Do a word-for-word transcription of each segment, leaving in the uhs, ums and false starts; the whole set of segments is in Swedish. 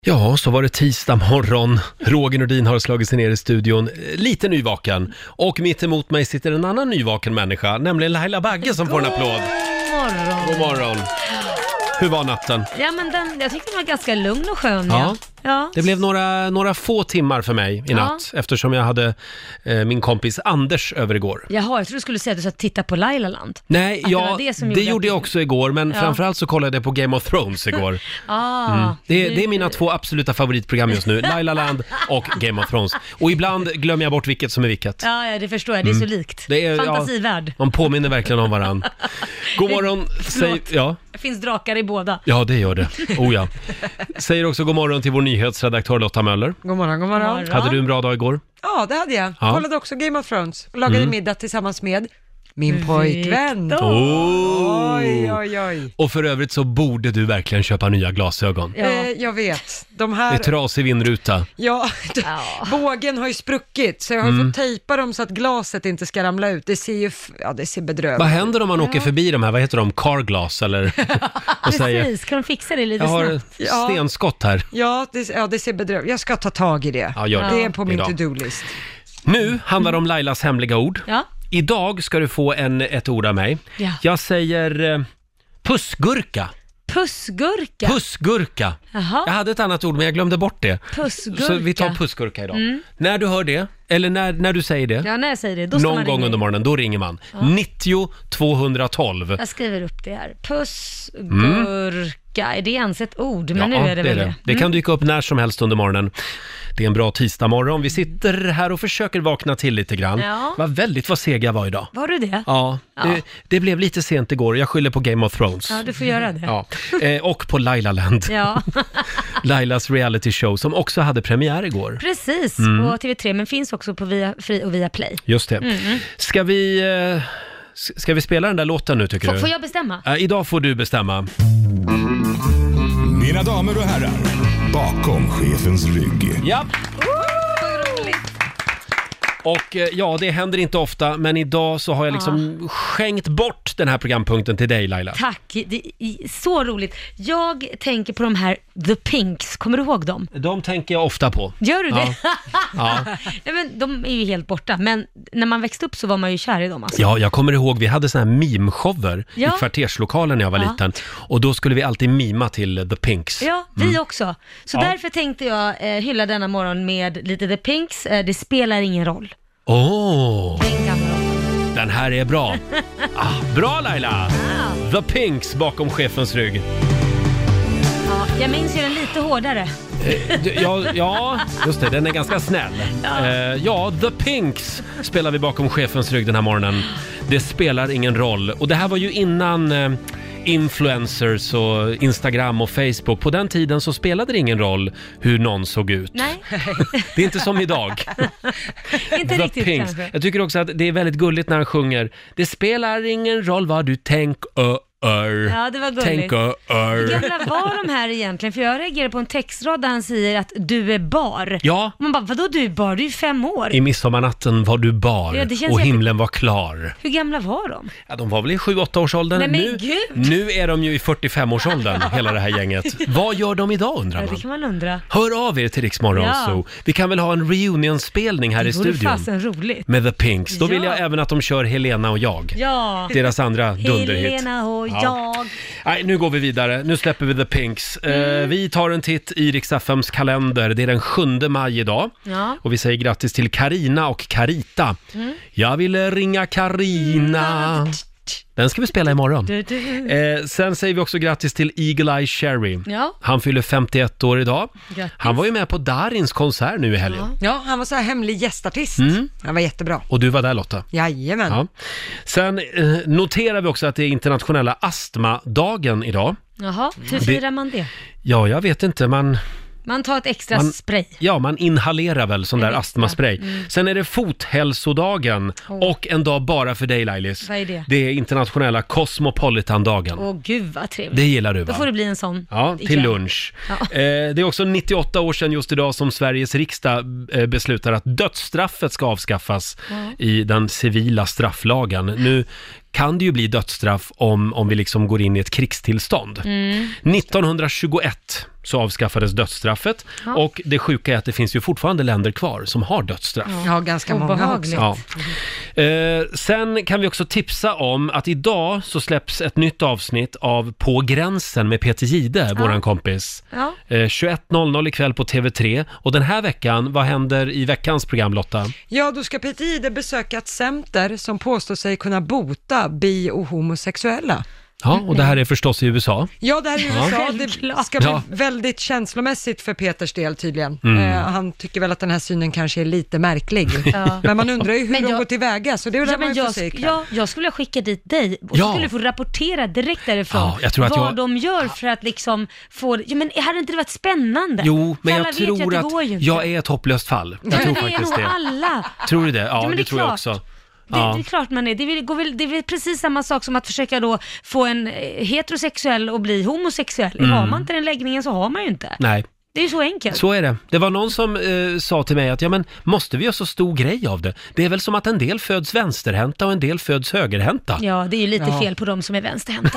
Ja, så var det tisdag morgon. Roger Nordin har slagit sig ner i studion, lite nyvaken. Och mitt emot mig sitter en annan nyvaken människa, nämligen Laila Bagge som får en applåd. God morgon. God morgon. Hur var natten? Ja, men den, jag tyckte den var ganska lugn och skön. Ja. Ja. Ja. Det blev några, några få timmar för mig i natt, ja. Eftersom jag hade eh, min kompis Anders över igår. Jaha, jag tror du skulle säga att du satt titta på Lailaland. Nej, att ja, det, det, som det gjorde, gjorde jag också igår, men ja. framförallt så kollade jag på Game of Thrones igår. ah, mm. det, du... det är mina två absoluta favoritprogram just nu, Lailaland och Game of Thrones. Och ibland glömmer jag bort vilket som är vilket. Ja, ja det förstår jag, det är så likt. Det är, Fantasivärld. Ja, man påminner verkligen om varann. God morgon, säg, ja. Det finns drakar i båda. Ja, det gör det. Oh ja. Säger också god morgon till vår nyhetsredaktör Lotta Möller. God morgon, god morgon. God morgon. Hade du en bra dag igår? Ja, det hade jag. Ja. Kollade också Game of Thrones och lagade Mm. middag tillsammans med min pojkvän. Victor. Oh. Oj, oj, oj. Och för övrigt så borde du verkligen köpa nya glasögon. Ja. Eh, jag vet. De Det här... är trasig vindruta. Ja, Ja. bågen har ju spruckit så jag har Mm. fått tejpa dem så att glaset inte ska ramla ut. Det ser ju, f- ja det ser bedrövligt Vad ut. händer om man åker förbi de här, vad heter de, carglass eller? Och säger, Precis, kan de fixa det lite jag har snabbt? ett Ja. stenskott här. Ja det, ja, det ser bedrövligt. Jag ska ta tag i det. Ja, gör det. Det är på min Idag. to-do-list. Nu handlar det om Lailas hemliga ord. Ja. Idag ska du få en, ett ord av mig. Ja. Jag säger eh, pussgurka. Pussgurka. Pussgurka. Jaha. Jag hade ett annat ord men jag glömde bort det. Pussgurka. Så vi tar pussgurka idag. Mm. När du hör det, eller när, när du säger det, Ja, när jag säger det, då ska någon man gång ringa under in. morgonen, då ringer man. nittio tvåhundratolv. Jag skriver upp det här. Pussgurka, är det ens ett ord? Men Ja, nu är det väl det. det. Det kan dyka upp när som helst under morgonen. Det är en bra tisdagmorgon. Vi sitter här och försöker vakna till lite grann. Ja. Vad väldigt vad seg jag var idag. Var du det? Ja, Ja. Det, det blev lite sent igår. Jag skyller på Game of Thrones. Ja, du får göra det. Ja. Eh, och på Lailaland. Ja, Lailas reality show som också hade premiär igår. precis. Mm. På T V tre, men finns också på Via Free och Via Play. Just det. Mm. Ska vi, eh, s- ska vi spela den där låten nu tycker Får, du? får jag bestämma? Eh, idag får du bestämma. Mina damer och herrar, bakom chefens rygg. Ja. Och eh, ja, det händer inte ofta, men idag så har jag liksom skänkt bort den här programpunkten till dig, Laila. Tack, det är så roligt. Jag tänker på de här The Pinks, kommer du ihåg dem? De tänker jag ofta på. Gör du det? Ja. Nej, men de är ju helt borta, men när man växte upp så var man ju kär i dem alltså. Ja, jag kommer ihåg, vi hade såna här meme-shower Ja. i kvarterslokalen när jag var Ja. liten. Och då skulle vi alltid mima till The Pinks. Ja, vi också. Så Ja. därför tänkte jag eh, hylla denna morgon med lite The Pinks, eh, det spelar ingen roll. Åh, Den gamla rollen. den här är bra. Ah, bra Laila! The Pinks bakom chefens rygg. Ja, jag minns ju den lite hårdare. Eh, du, ja, ja, just det, den är ganska snäll. Ja. Eh, ja, The Pinks spelar vi bakom chefens rygg den här morgonen. Det spelar ingen roll. Och det här var ju innan eh, influencers och Instagram och Facebook. På den tiden så spelade det ingen roll hur någon såg ut. Nej, Det är inte som idag. inte The riktigt Pinks. kanske. Jag tycker också att det är väldigt gulligt när han sjunger det spelar ingen roll vad du tänker. Ja, det var gulligt. Tänker. Hur gamla var de här egentligen? För jag reagerar på en textrad där han säger att du är bar. Ja, Och man bara, vadå du är bar? Du är ju fem år. i midsommarnatten var du bar Ja, det känns och jätte- himlen var klar. Hur gamla var de? Ja, de var väl i sju åtta årsåldern. Nej, men nu, gud! nu är de ju i fyrtiofem-årsåldern, hela det här gänget. Vad gör de idag undrar Ja, man? det kan man undra. Hör av er till Rix Morgon Ja. Zoo. Vi kan väl ha en reunion-spelning här Det i vore studion fasen roligt. med The Pinks. Då vill Ja. jag även att de kör Helena och jag. Ja, Deras andra dunderhit. Helena och Ja. jag. Nej, nu går vi vidare. Nu släpper vi The Pinks. Mm. Eh, vi tar en titt i Rix F M:s kalender. Det är den sjunde maj idag. Ja. Och vi säger grattis till Karina och Carita. Mm. Jag ville ringa Karina. Den ska vi spela imorgon. Du, du. Eh, sen säger vi också grattis till Eagle Eye Cherry. Ja, Han fyller femtioett år idag. grattis. Han var ju med på Darins konsert nu i helgen. Ja. Ja, han var så här hemlig gästartist. Mm. Han var jättebra. Och du var där Lotta. Jajamän. Ja. Sen eh, noterar vi också att det är internationella astmadagen idag. Jaha, hur firar man det? Ja, jag vet inte, man... Man tar ett extra Man- spray. Ja, man inhalerar väl sån En där extra. astmaspray. Mm. Sen är det fothälsodagen Åh. och en dag bara för dig Lailis. Vad är det? Det är internationella Cosmopolitan-dagen. Åh gud vad trevligt. Det gillar du va? Då får det bli en sån Ja, till ikväll. lunch. Ja. Eh, det är också nittioåtta år sedan just idag som Sveriges riksdag eh, beslutar att dödsstraffet ska avskaffas Ja. i den civila strafflagen. Nu kan det ju bli dödsstraff om, om vi liksom går in i ett krigstillstånd. Mm. nittonhundratjugoett så avskaffades dödsstraffet Ja. och det sjuka är att det finns ju fortfarande länder kvar som har dödsstraff. Ja, ganska många också. Obehagligt. Ja. Eh, sen kan vi också tipsa om att idag så släpps ett nytt avsnitt av På gränsen med Peter Jihde, Ja. våran kompis. Ja. Eh, tjugoett noll noll ikväll på T V tre. Och den här veckan, vad händer i veckans program, Lotta? Ja, då ska Peter Jihde besöka ett center som påstår sig kunna bota bi- och homosexuella. Ja, och det här är förstås i U S A. Ja, det här är U S A. Det Självklart. ska bli Ja. väldigt känslomässigt för Peters del tydligen. Mm. Eh, han tycker väl att den här synen kanske är lite märklig. Ja. Men man undrar ju hur Men de jag- går tillväga, så det är väl Ja, det man men får jag, se ikväll. ja, jag skulle vilja skicka dit dig och Ja. så skulle du få rapportera direkt därifrån Ja, jag tror att vad jag- de gör för att liksom få det. Ja, men hade inte det varit spännande? Jo, För men alla jag vet ju tror det att går ju inte. jag är ett hopplöst fall. Jag Ja, tror men det är faktiskt nog det. alla. Tror du det? Ja, men det, det är tror jag klart. också. Det, Ja. det är klart man är. Det är, väl- går väl, det är väl precis samma sak som att försöka då få en eh, heterosexuell och bli homosexuell. Mm. Har man inte den läggningen så har man ju inte. Nej, Det är ju så enkelt. så är det. Det var någon som eh, sa till mig att ja, men måste vi göra så stor grej av det? Det är väl som att en del föds vänsterhänta och en del föds högerhänta. Ja, det är ju lite Ja. fel på dem som är vänsterhänta.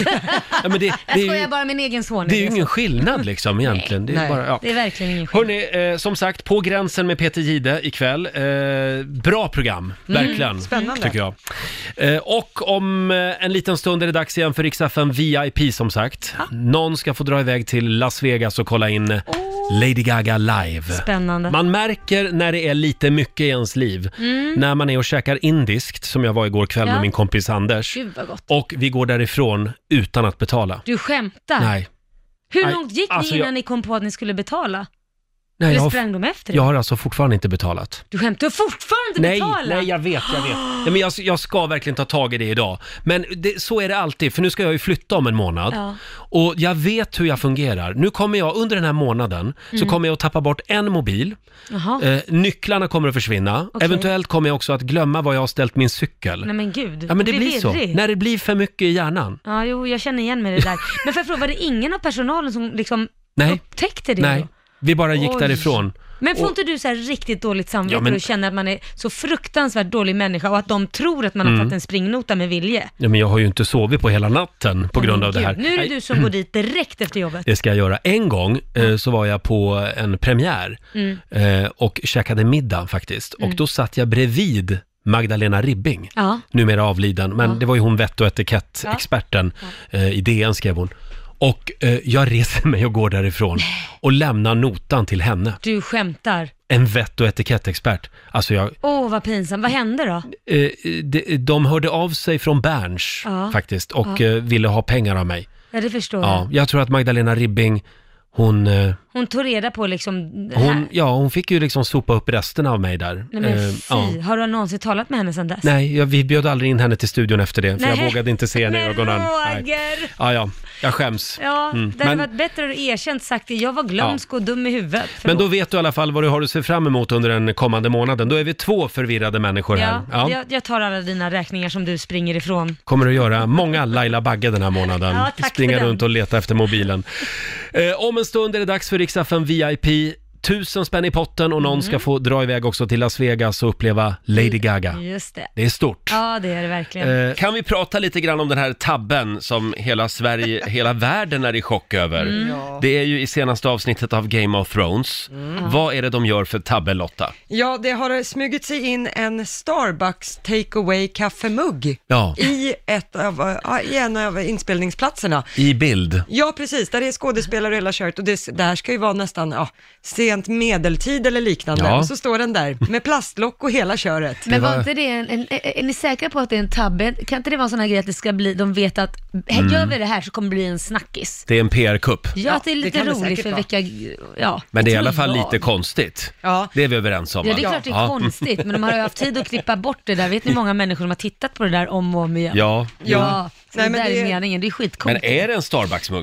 Ja, men det, Jag det, är skojar ju, bara min egen son. det är ju så. ingen skillnad liksom egentligen. Det är Nej. bara, ja. Det är verkligen ingen skillnad. Hörrni, eh, som sagt, På gränsen med Peter Jihde ikväll. Eh, bra program, verkligen. Spännande. Tycker jag. Eh, och om eh, en liten stund är det dags igen för Rix F M V I P som sagt. Någon ska få dra iväg till Las Vegas och kolla in Lady Gaga live. Spännande. Man märker när det är lite mycket i ens liv. När man är och käkar indiskt, som jag var igår kväll Ja. med min kompis Anders. Gud vad gott. Och vi går därifrån utan att betala. Du skämtar? Nej. Hur Nej, långt gick ni alltså innan jag- ni kom på att ni skulle betala? Nej, Eller jag har, sprang de efter jag dig? har alltså fortfarande inte betalat. Du skämtar fortfarande Nej, betala? nej, jag vet, jag vet. Nej, men jag, jag ska verkligen ta tag i det idag. Men det, så är det alltid, för nu ska jag ju flytta om en månad. Ja. Och jag vet hur jag fungerar. Nu kommer jag, under den här månaden, Mm. så kommer jag att tappa bort en mobil. Jaha. Eh, nycklarna kommer att försvinna. Okej. Eventuellt kommer jag också att glömma var jag har ställt min cykel. Nej men gud. Ja, men det Du blir så. virrig. När det blir för mycket i hjärnan. Ja, jo, jag känner igen mig i det där. Men för jag fråga, var det ingen av personalen som liksom Nej. upptäckte det Nej, då? vi bara gick Oj. därifrån. Men får Och- inte du så här riktigt dåligt samvete Ja, men- och känna att man är så fruktansvärt dålig människa och att de tror att man har Mm. tagit en springnota med vilje? Ja, men jag har ju inte sovit på hela natten på Men grund av gud, det här. Nu är det Nej. du som går dit direkt efter jobbet. Det ska jag göra. En gång eh, så var jag på en premiär Mm. eh, och käkade middag faktiskt. Och då satt jag bredvid Magdalena Ribbing, Ja. numera avliden. Men Ja. det var ju hon vett och etikett-experten. Eh, I D N skrev hon. Och eh, jag reser mig och går därifrån och lämnar notan till henne. Du skämtar. En vett och etikett-expert. Alltså jag... Åh, vad pinsamt. Vad hände då? Eh, de, de hörde av sig från Berns Ja. faktiskt och Ja. eh, ville ha pengar av mig. Ja, det förstår Ja, jag. jag tror att Magdalena Ribbing, hon... Eh, Hon tog reda på liksom det här. Hon, ja, hon fick ju liksom sopa upp resten av mig där. Nej men Eh, fy. ja. Har du någonsin talat med henne sedan dess? Nej, jag, vi bjöd aldrig in henne till studion efter det, för jag Nej. vågade inte se henne i Men ögonen. Nej. Roger! Ja, ja, jag skäms. Ja, Mm, det hade men- varit bättre att erkänt sagt det. Jag var glömsk och dum i huvudet. Men då Förlåt. vet du i alla fall vad du har att se fram emot under den kommande månaden. Då är vi två förvirrade människor här. Ja, Ja. Jag, jag tar alla dina räkningar som du springer ifrån. Kommer att göra många Laila Bagge den här månaden. Ja, tack Springa för den. runt och leta efter mobilen. Eh, om en stund är det dags för Rix F M V I P. Tusen spänn i potten och någon Mm. ska få dra iväg också till Las Vegas och uppleva Lady Gaga. Just det. Det är stort. Ja, det är det verkligen. Eh, kan vi prata lite grann om den här tabben som hela Sverige, hela världen är i chock över? Mm. Ja. Det är ju i senaste avsnittet av Game of Thrones. Vad är det de gör för tabbe, Lotta? Ja, det har smugit sig in en Starbucks takeaway kaffemugg Ja, i, ett av, ja, i en av inspelningsplatserna. i bild. Ja, precis. Där är skådespelare och hela kört och det, det här ska ju vara nästan ja, sent medeltid eller liknande. Ja. Och så står den där med plastlock och hela köret. Men var var- inte det en, en, är är ni säkra på att det är en tabbe? Kan inte det vara en sån här grej att det ska bli, de vet att här, gör vi det här så kommer det bli en snackis? Det är en P R-kupp. Ja, Ja, att det är det lite kan det roligt säkert för vara. vilka, ja. Men det är i tror alla fall jag. lite konstigt. Ja. Det är vi överens om, Ja, va? det är klart det är Ja. konstigt, men de har ju haft tid att klippa bort det där. Vet ni hur många människor som har tittat på det där om och om igen? Ja. Ja, så Nej, det men där det- är meningen, det är skitcoolt. Men är det en Starbucks-mugg då?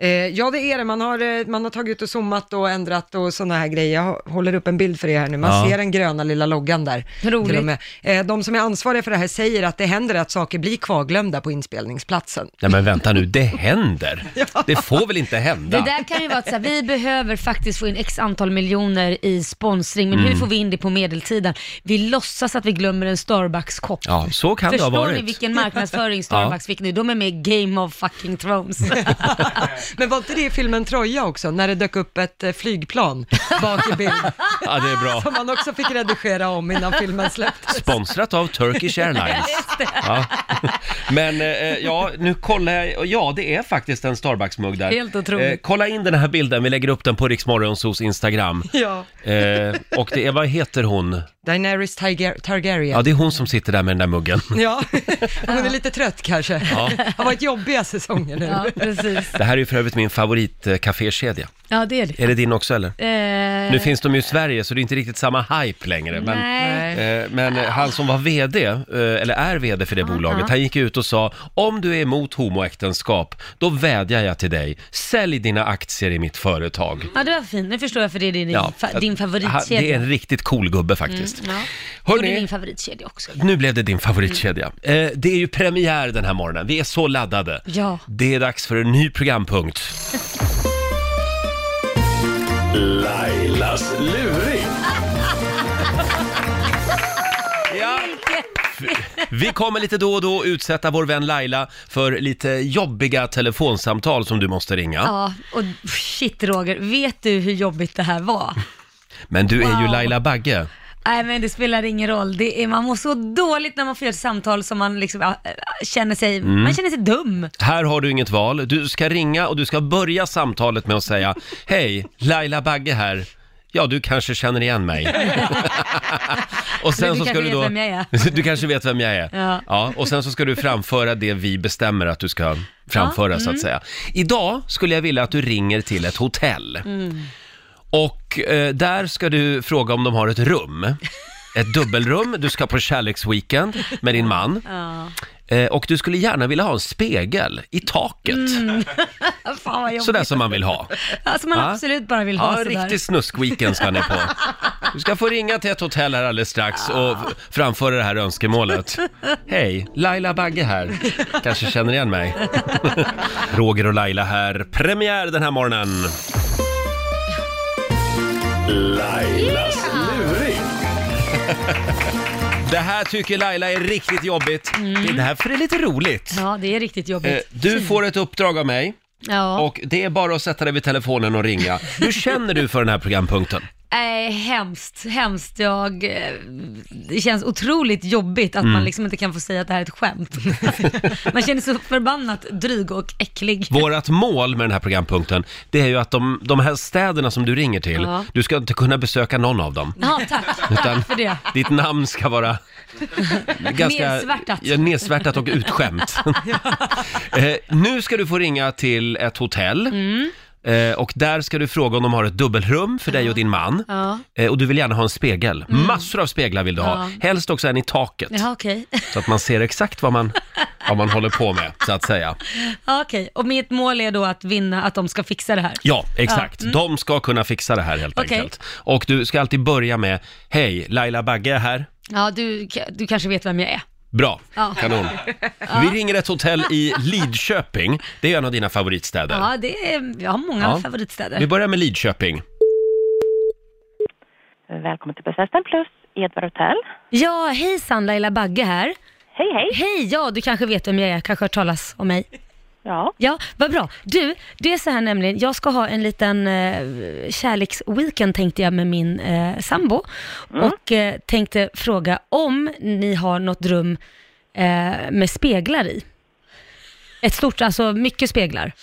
Eh, ja, det är det. Man har, eh, man har tagit och zoomat och ändrat och sådana här grejer. Jag håller upp en bild för er här nu. Man Ja. ser den gröna lilla loggan där. Roligt. Till och med. Eh, de som är ansvariga för det här säger att det händer att saker blir kvarglömda på inspelningsplatsen. Nej men vänta nu, det händer. Det får väl inte hända? Det där kan ju vara att så här, vi behöver faktiskt få in x antal miljoner i sponsring, men hur får vi in det på medeltiden? Vi låtsas att vi glömmer en Starbucks-kopp. Ja, så kan det ha Förstår varit. ni vilken marknadsföring Starbucks fick nu? De är med i Game of fucking Thrones. Men var inte det i filmen Troja också, när det dök upp ett eh, flygplan bak i bild, Ja, det är bra. som man också fick redigera om innan filmen släpptes? Sponsrat av Turkish Airlines. Ja. Men eh, ja, nu kollar jag. och Ja, det är faktiskt en Starbucks-mugg där. Helt otroligt. Eh, kolla in den här bilden, vi lägger upp den på Rix Morgonzos Instagram. Ja. Eh, och det är, vad heter hon? Daenerys Targar- Targaryen. Ja, det är hon som sitter där med den där muggen. Ja, hon är lite trött kanske. Ja. Det har varit jobbiga säsonger nu. Ja, precis. Det här är ju för övrigt min favoritcafékedja. Ja, det är det. Är det din också eller? Eh, Nu finns de ju i Sverige så det är inte riktigt samma hype längre. Men, Nej. eh, men eh, han som var vd, eh, eller är vd för det bolaget, han gick ut och sa: om du är emot homoäktenskap, då vädjar jag till dig, sälj dina aktier i mitt företag. Ja, det var fint. Nu förstår jag för det är din, Ja, fa- din ha- favoritkedja. Det är en riktigt cool gubbe faktiskt. Ja. Och det är Hörrni, min favoritkedja också. nu blev det din favoritkedja. Eh, det är ju premiär den här morgonen, vi är så laddade. Ja. Det är dags för en ny programpunkt. Lailas luring. Ja. Vi kommer lite då och då utsätta vår vän Laila för lite jobbiga telefonsamtal som du måste ringa. Ja, och shit Roger, vet du hur jobbigt det här var? Men du är ju Wow. Laila Bagge. Nej men det spelar ingen roll, det är, man mår så dåligt när man får göra ett samtal som man liksom, ja, känner sig, Mm. man känner sig dum. Här har du inget val. Du ska ringa och du ska börja samtalet med att säga: hej, Laila Bagge här. Ja, du kanske känner igen mig. Och sen Du så ska kanske du då... vet vem jag är. Du kanske vet vem jag är. Ja. Ja, och sen så ska du framföra det vi bestämmer att du ska framföra, så att säga. Idag skulle jag vilja att du ringer till ett hotell. Och eh, där ska du fråga om de har ett rum. Ett dubbelrum. Du ska på kärleksweekend med din man. Ja. Eh, och du skulle gärna vilja ha en spegel i taket. Fan vad jobbigt. Sådär som man vill ha. Alltså man Ja. absolut bara vill ha Ja, en sådär. riktig snuskweekend ska ni på. Du ska få ringa till ett hotell här alldeles strax och f- framföra det här önskemålet. Hej, Laila Bagge här. Kanske känner igen mig. Roger och Laila här. Premiär den här morgonen. Lailas luring. Det här tycker Laila är riktigt jobbigt. Det är därför det är lite roligt. Ja, det är riktigt Eh, jobbigt. Du får ett uppdrag av mig Ja. och det är bara att sätta dig vid telefonen och ringa. Hur känner du för den här programpunkten? Nej, hemskt, hemskt. Jag, eh, det känns otroligt jobbigt att Mm. man liksom inte kan få säga att det här är ett skämt. Man känner sig så förbannat dryg och äcklig. Vårat mål med den här programpunkten, det är ju att de, de här städerna som du ringer till, Ja. du ska inte kunna besöka någon av dem. Ja, tack. Utan Tack för det. ditt namn ska vara ganska Nedsvärtat. Ja, nedsvärtat och utskämt. eh, nu ska du få ringa till ett hotell. Mm. Eh, och där ska du fråga om de har ett dubbelrum för dig och din man. Ja. Eh, och du vill gärna ha en spegel. Massor av speglar vill du ha. Ja. Helst också en i taket. Ja, okej. Så att man ser exakt vad man, vad man håller på med, så att säga. Ja, okej. Och mitt mål är då att vinna, att de ska fixa det här. Ja, exakt. Ja, mm. De ska kunna fixa det här helt Okej. enkelt. Och du ska alltid börja med: hej, Laila Bagge är här. Ja, du, du kanske vet vem jag är. Bra, Ja. kanon. Vi ringer ett hotell i Lidköping. Det är en av dina favoritstäder. Ja, det är, jag har många Ja. favoritstäder. Vi börjar med Lidköping. Välkommen till Bästa Plus, Edvard Hotel. Ja, hejsan, Laila Bagge här. Hej, hej. Hej, ja, du kanske vet vem jag är, kanske har hört talas om mig. Ja, Ja, vad bra. Du, det är så här nämligen, jag ska ha en liten eh, kärleksweekend tänkte jag med min eh, sambo. Och eh, tänkte fråga om ni har något rum eh, med speglar i. Ett stort, alltså mycket speglar.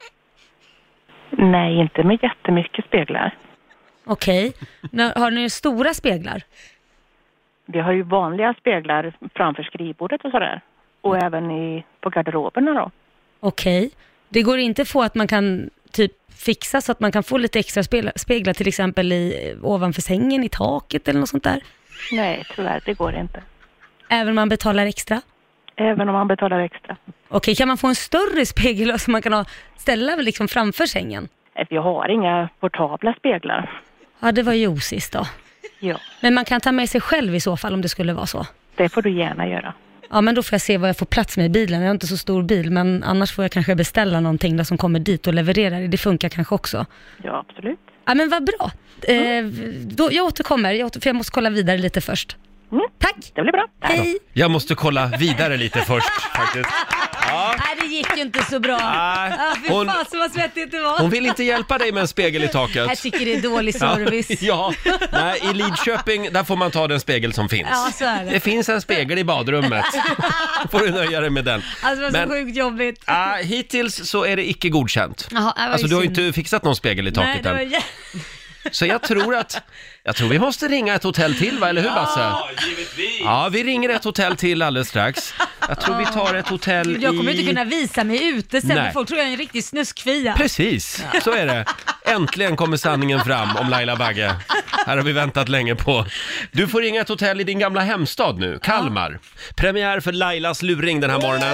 nej, inte med jättemycket speglar. Okej. Nå- Har ni stora speglar? Vi har ju vanliga speglar framför skrivbordet och sådär. Och även i, på garderoberna då. Okej. Det går inte få att man kan typ fixa så att man kan få lite extra speglar, speglar till exempel i, ovanför sängen, i taket eller något sånt där? Nej, tyvärr, det går inte. Även om man betalar extra? Även om man betalar extra. Okej, kan man få en större spegel som man kan ha, ställa liksom framför sängen? Vi har inga portabla speglar. Ja, det var ju osist då. Ja. Men man kan ta med sig själv i så fall om det skulle vara så. Det får du gärna göra. Ja, men då får jag se vad jag får plats med i bilen. Jag har inte så stor bil, men annars får jag kanske beställa någonting där som kommer dit och levererar. Det funkar kanske också. Ja, absolut. Ja, men vad bra. Eh, då, jag återkommer, jag åter, för jag måste kolla vidare lite först. Mm. Tack! Det blir bra. Hej! Jag måste kolla vidare lite först faktiskt. Ja. Nej, det gick ju inte så bra. Nej, Ja, fy hon- fan, så vad svettigt det var. Hon vill inte hjälpa dig med en spegel i taket. Jag tycker det är dålig service. Ja, nej, i Lidköping där får man ta den spegel som finns. Ja, så är det. Det finns en spegel i badrummet. Får du nöja dig med den. Alltså det var så Men- sjukt jobbigt. Ah, hittills så är det icke godkänt. Jaha, det var ju Alltså du har ju synd. inte fixat någon spegel i Nej, taket det var än. jä- Så jag tror att, jag tror vi måste ringa ett hotell till, va? Eller hur, Basse? Ja, givetvis! Ja, vi ringer ett hotell till alldeles strax. Jag tror vi tar ett hotell i... Jag kommer inte kunna visa mig ute sen, Nej. för folk tror jag är en riktig snuskfia. Precis, så är det. Äntligen kommer sanningen fram om Laila Bagge. Här har vi väntat länge på. Du får ringa ett hotell i din gamla hemstad nu, Kalmar. Premiär för Lailas luring den här morgonen.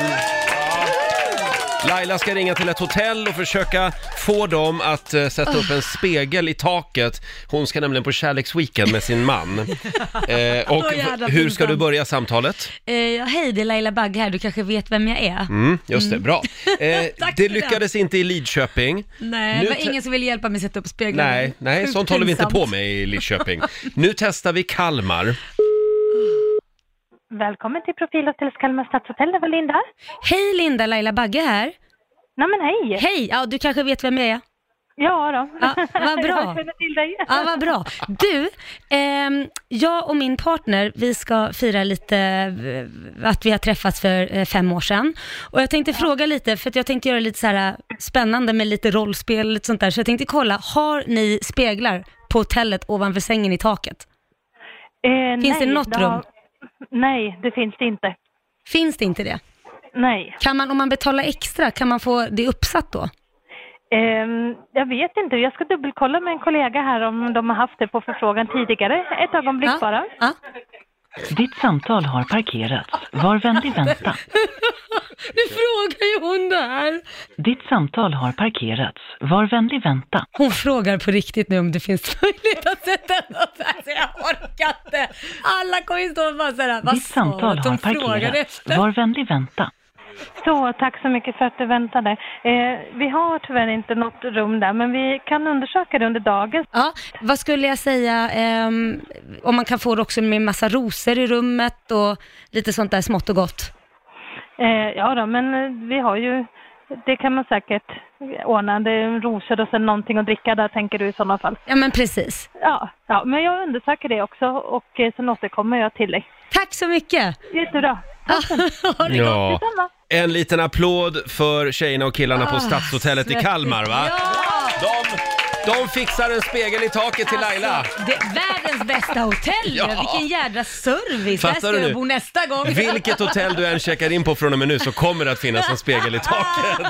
Laila ska ringa till ett hotell och försöka få dem att uh, sätta upp en spegel i taket. Hon ska nämligen på kärleksweekend med sin man. Eh, och Åh, jävla hur ska du pinsamt. börja samtalet? Eh, hej, det är Laila Bagge här, du kanske vet vem jag är? Mm, just det, bra. Eh, Tack det för det. lyckades inte i Lidköping. Nej, Nu det var te- ingen som ville hjälpa mig sätta upp speglar. Nej, nej, Sjukt sånt håller vi inte pinsamt. på med i Lidköping. Nu testar vi Kalmar. Välkommen till Profilhotell Kalmar Stadshotell. Det var Linda. Hej Linda, Laila Bagge här. Nej men hej. Hej, ja du kanske vet vem jag är? Ja då. Ja, vad bra. Jag känner till dig. Ja, vad bra. Du, ehm, jag och min partner, vi ska fira lite eh, att vi har träffats för eh, fem år sedan. Och jag tänkte fråga lite, för att jag tänkte göra lite så här spännande med lite rollspel och lite sånt där. Så jag tänkte kolla, har ni speglar på hotellet ovanför sängen i taket? Eh, Finns det nej, något har- rum? Nej, det finns det inte. Finns det inte det? Nej. Kan man, om man betalar extra, kan man få det uppsatt då? Ehm, jag vet inte, jag ska dubbelkolla med en kollega här om de har haft det på förfrågan tidigare. Ett ögonblick Ja. bara. Ja. Ditt samtal har parkerats. Var vänlig vänta. Nu frågar ju hon där. Ditt samtal har parkerats. Var vänlig vänta. Hon frågar på riktigt nu om det finns möjlighet att sätta något här, så jag orkar inte. Alla kommer ju stå och bara såhär, vad Ditt sa samtal att hon har frågade parkerats. efter? Var vänlig vänta. Så, tack så mycket för att du väntade. Eh, vi har tyvärr inte något rum där, men vi kan undersöka det under dagen. Ja, vad skulle jag säga, ehm, om man kan få det också med massa rosor i rummet och lite sånt där smått och gott. Eh, ja då, men eh, vi har ju, det kan man säkert ordna. Det är rosor och sen någonting att dricka där, tänker du i sådana fall. Ja, men precis. Ja, ja, men jag undersöker det också och eh, sen återkommer jag till dig. Tack så mycket. Jättebra. Ha det Ja. gott. Detsamma. En liten applåd för tjejerna och killarna på Ah, Stadshotellet i Kalmar, va? Ja! De, de fixar en spegel i taket till Laila. Alltså, det är världens bästa hotell. Ja. Vilken jädra service. Fattar Där ska du jag nu? bo nästa gång. Vilket hotell du än checkar in på från och med nu så kommer det att finnas en spegel i taket.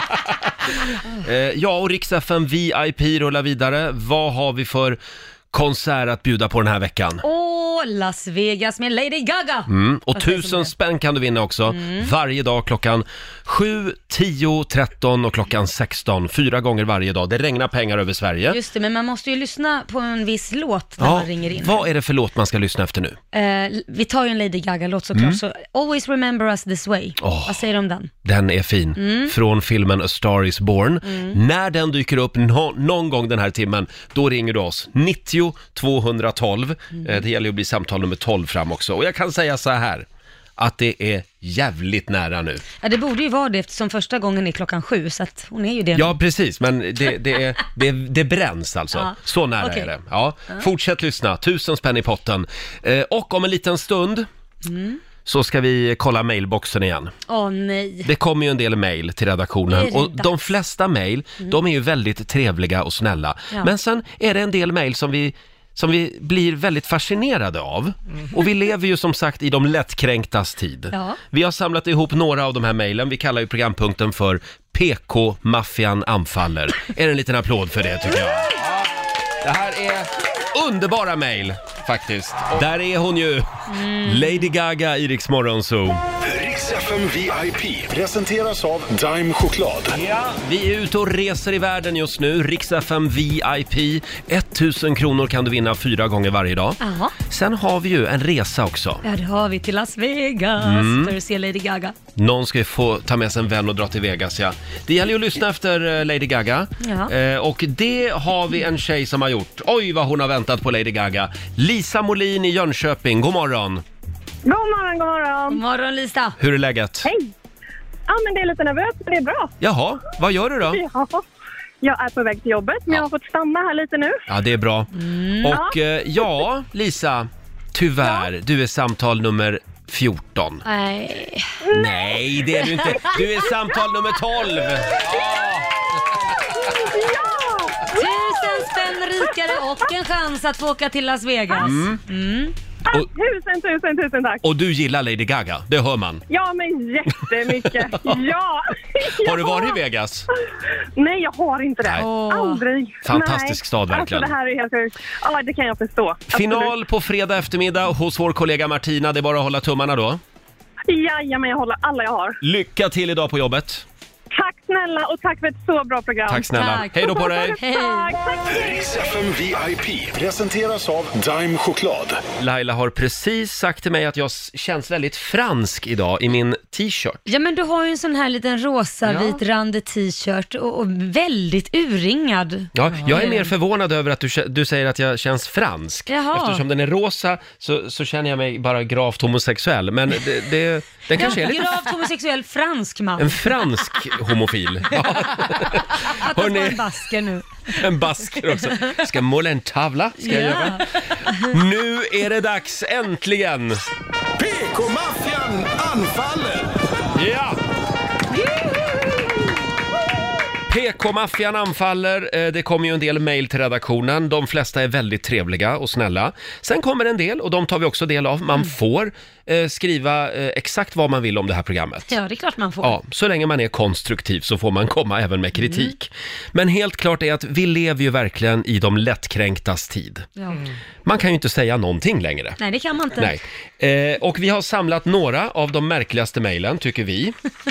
eh, ja, och Rix F M V I P rullar vidare. Vad har vi för konsert att bjuda på den här veckan? Åh, Las Vegas med Lady Gaga. Mm, och Vad sägs om tusen det? spänn kan du vinna också. Varje dag klockan sju, tio, tretton och klockan sexton. Fyra gånger varje dag. Det regnar pengar över Sverige. Just det, men man måste ju lyssna på en viss låt när man ringer in. Vad är det för låt man ska lyssna efter nu? Eh, vi tar ju en Lady Gaga-låt såklart, så Always Remember Us This Way. Åh. Vad säger du om den? Den är fin. Mm. Från filmen A Star Is Born. När den dyker upp no- någon gång den här timmen, då ringer du oss. nittio tvåhundratolv. Mm. Eh, det gäller ju att bli samtal nummer tolv fram också. Och jag kan säga så här, att det är jävligt nära nu. Ja, det borde ju vara det eftersom första gången är klockan sju, så att hon är ju det. Ja, precis. Men det, det, är, det, det bränns alltså. Ja. Så nära Okej. är det. Ja. Fortsätt lyssna. Tusen spänn i potten. Eh, och om en liten stund Mm. så ska vi kolla mailboxen igen. Åh nej. Det kommer ju en del mejl till redaktionen Det är det och dags. de flesta mejl, de är ju väldigt trevliga och snälla. Ja. Men sen är det en del mejl som vi, som vi blir väldigt fascinerade av. Och vi lever ju som sagt i de lättkränktas tid. Ja. Vi har samlat ihop några av de här mejlen. Vi kallar ju programpunkten för P K-maffian anfaller. Är det en liten applåd för det tycker jag? Ja. Det här är underbara mejl faktiskt. Där är hon ju. Lady Gaga i Rix Morgon Zoo. Rix F F M V I P presenteras av Daim choklad. Ja, vi är ute och reser i världen just nu. Rix F M V I P. tusen kronor kan du vinna fyra gånger varje dag. Aha. Sen har vi ju en resa också. Ja, det har vi till Las Vegas Mm. för att se Lady Gaga. Någon ska ju få ta med sig en vän och dra till Vegas, ja. Det gäller ju att lyssna efter Lady Gaga. Ja. Eh, och det har vi en tjej som har gjort. Oj, vad hon har väntat på Lady Gaga. Lisa Molin i Jönköping. God morgon. God morgon, god morgon. God morgon, Lisa. Hur är läget? Hej. Ja, men det är lite nervöst, men det är bra. Jaha, vad gör du då? Ja. Jag är på väg till jobbet, men jag har fått stanna här lite nu. Ja, det är bra. Mm. Och eh, ja, Lisa, tyvärr, ja. Du är samtal nummer fjorton. Nej. Nej, det är du inte. Du är samtal nummer tolv. Ja! Tusen spänn rikare och en chans att få åka till Las Vegas. Mm. Mm. Och, tusen, tusen, tusen tack. Och du gillar Lady Gaga, det hör man. Ja, men jättemycket. Ja. Har du varit i Vegas? Nej, jag har inte det. Nej. Aldrig. Fantastisk Nej. stad, verkligen. Alltså, det här är helt sjukt. Ja, det kan jag förstå. Final Absolut. på fredag eftermiddag hos vår kollega Martina. Det är bara att hålla tummarna då. Ja, men jag håller alla jag har. Lycka till idag på jobbet. Tack snälla och tack för ett så bra program. Tack snälla. Tack. Hej då på dig. Hej. Tack, tack. Rix F M V I P presenteras av Daim choklad. Laila har precis sagt till mig att jag s- känns väldigt fransk idag i min t-shirt. Ja, men du har ju en sån här liten rosa Ja. vitrandig t-shirt och, och väldigt urringad. Ja, jag är mer förvånad över att du, kä- du säger att jag känns fransk. Jaha. Eftersom den är rosa så, så känner jag mig bara gravt homosexuell. Men det, det, den kanske är lite Gravt homosexuell fransk man. en fransk homofil. Ja. Att Hörrni. få en basker nu. En basker också. Ska jag måla en tavla? Ska jag göra? Nu är det dags, äntligen! P K-maffian anfaller! Ja! P K-maffian anfaller. Eh, Det kommer ju en del mejl till redaktionen. De flesta är väldigt trevliga och snälla. Sen kommer en del och de tar vi också del av. Man får eh, skriva eh, exakt vad man vill om det här programmet. Ja, det är klart man får. Ja, så länge man är konstruktiv så får man komma även med kritik. Men helt klart är att vi lever ju verkligen i de lättkränktas tid. Ja. Man kan ju inte säga någonting längre. Nej, det kan man inte. Nej. Eh, och vi har samlat några av de märkligaste mejlen, tycker vi.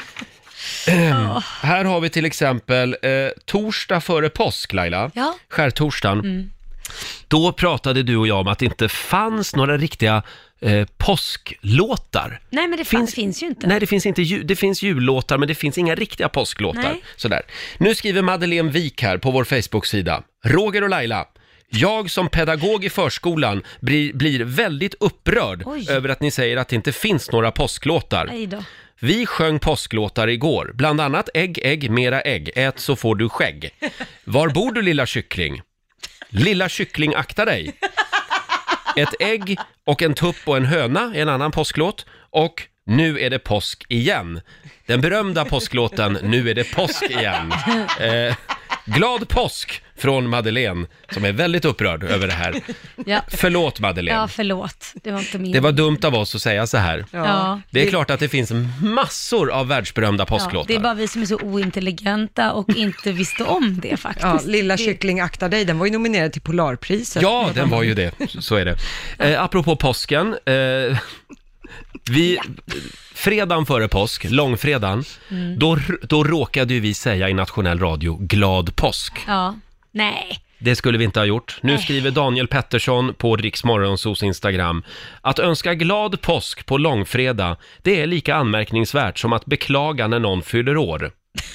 Eh, här har vi till exempel eh, torsdag före påsk, Laila. Ja. Skärtorsdagen. Mm. Då pratade du och jag om att det inte fanns några riktiga eh, påsklåtar. Nej, men det finns, finns ju inte. Nej, det finns inte ju, det finns jullåtar, men det finns inga riktiga påsklåtar. Nej. Sådär. Nu skriver Madeleine Wik här på vår Facebook-sida. Roger och Laila, jag som pedagog i förskolan blir, blir väldigt upprörd Oj. över att ni säger att det inte finns några påsklåtar. Nej då. Vi sjöng påsklåtar igår, bland annat ägg, ägg, mera ägg, ät så får du skägg. Var bor du lilla kyckling? Lilla kyckling, akta dig. Ett ägg och en tupp och en höna är en annan påsklåt. Och nu är det påsk igen. Den berömda påsklåten Nu är det påsk igen. Eh, glad påsk från Madeleine som är väldigt upprörd över det här. Ja. Förlåt Madeleine. Ja, förlåt. Det var inte min. Det var dumt av oss att säga så här. Ja. Det är klart att det finns massor av världsberömda Ja, påsklåtar. det är bara vi som är så ointelligenta och inte visste om det faktiskt. Ja, Lilla Det- kyckling akta dig, den var ju nominerad till Polarpriset. Ja, den var ju det. Så är det. Eh, apropå påsken. Eh, vi, fredagen före påsk, långfredagen, Mm. då, då råkade ju vi säga i nationell radio glad påsk. Ja. Nej. Det skulle vi inte ha gjort. Nu Nej. skriver Daniel Pettersson på Rix Morgonzos Instagram att önska glad påsk på långfredag, det är lika anmärkningsvärt som att beklaga när någon fyller år.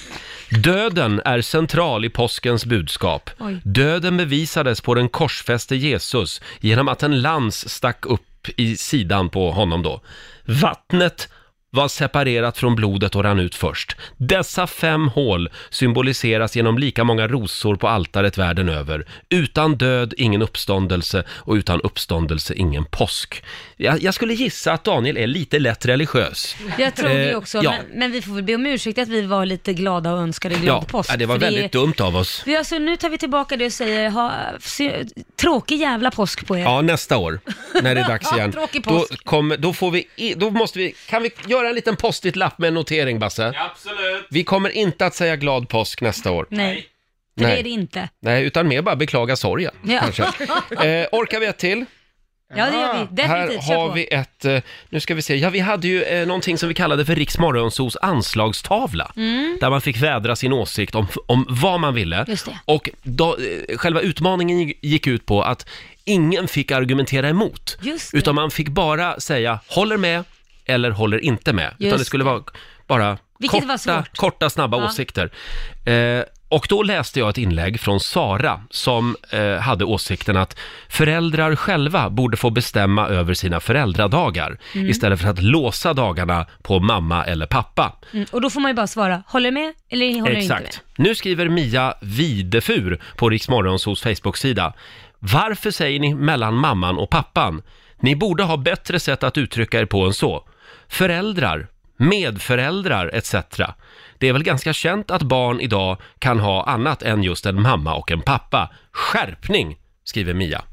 Döden är central i påskens budskap. Oj. Döden bevisades på den korsfäste Jesus genom att en lans stack upp i sidan på honom då. Vattnet var separerat från blodet och rann ut först. Dessa fem hål symboliseras genom lika många rosor på altaret världen över. Utan död, ingen uppståndelse, och utan uppståndelse, ingen påsk. Jag, jag skulle gissa att Daniel är lite lätt religiös. Jag tror det Eh, också, ja. men, men vi får väl be om ursäkt att vi var lite glada och önskade glad Ja, påsk. ja, det var För väldigt dumt av oss. Vi, alltså, nu tar vi tillbaka det och säger, ha, se, tråkig jävla påsk på er. Ja, nästa år, när det är dags Ja, igen. tråkig Då, påsk. kommer, då får vi, i- då måste vi, kan vi göra en liten post-it-lapp med en notering, Basse? Ja, absolut. Vi kommer inte att säga glad påsk nästa år. Nej, för Nej. det är det inte. Nej, utan mer bara beklaga sorgen, Ja. kanske. Eh, orkar vi ett till? Ja, det gör vi. Definitivt. Här har vi ett, eh, nu ska vi se, ja vi hade ju eh, någonting som vi kallade för Riks Morgonzos anslagstavla. Mm. Där man fick vädra sin åsikt om, om vad man ville. Just det. Och då, eh, själva utmaningen gick ut på att ingen fick argumentera emot. Just det. Utan man fick bara säga håller med eller håller inte med. Just utan det skulle det. vara bara Vilket var korta, svårt. korta, snabba Ja. åsikter. Eh, och då läste jag ett inlägg från Sara som eh, hade åsikten att föräldrar själva borde få bestämma över sina föräldradagar Mm. istället för att låsa dagarna på mamma eller pappa. Mm. Och då får man ju bara svara, håller med eller håller inte med? Exakt. Nu skriver Mia Videfur på Riks Morgonzos Facebook-sida. Varför säger ni mellan mamman och pappan? Ni borde ha bättre sätt att uttrycka er på än så. Föräldrar, medföräldrar et cetera. Det är väl ganska känt att barn idag kan ha annat än just en mamma och en pappa. Skärpning, skriver Mia.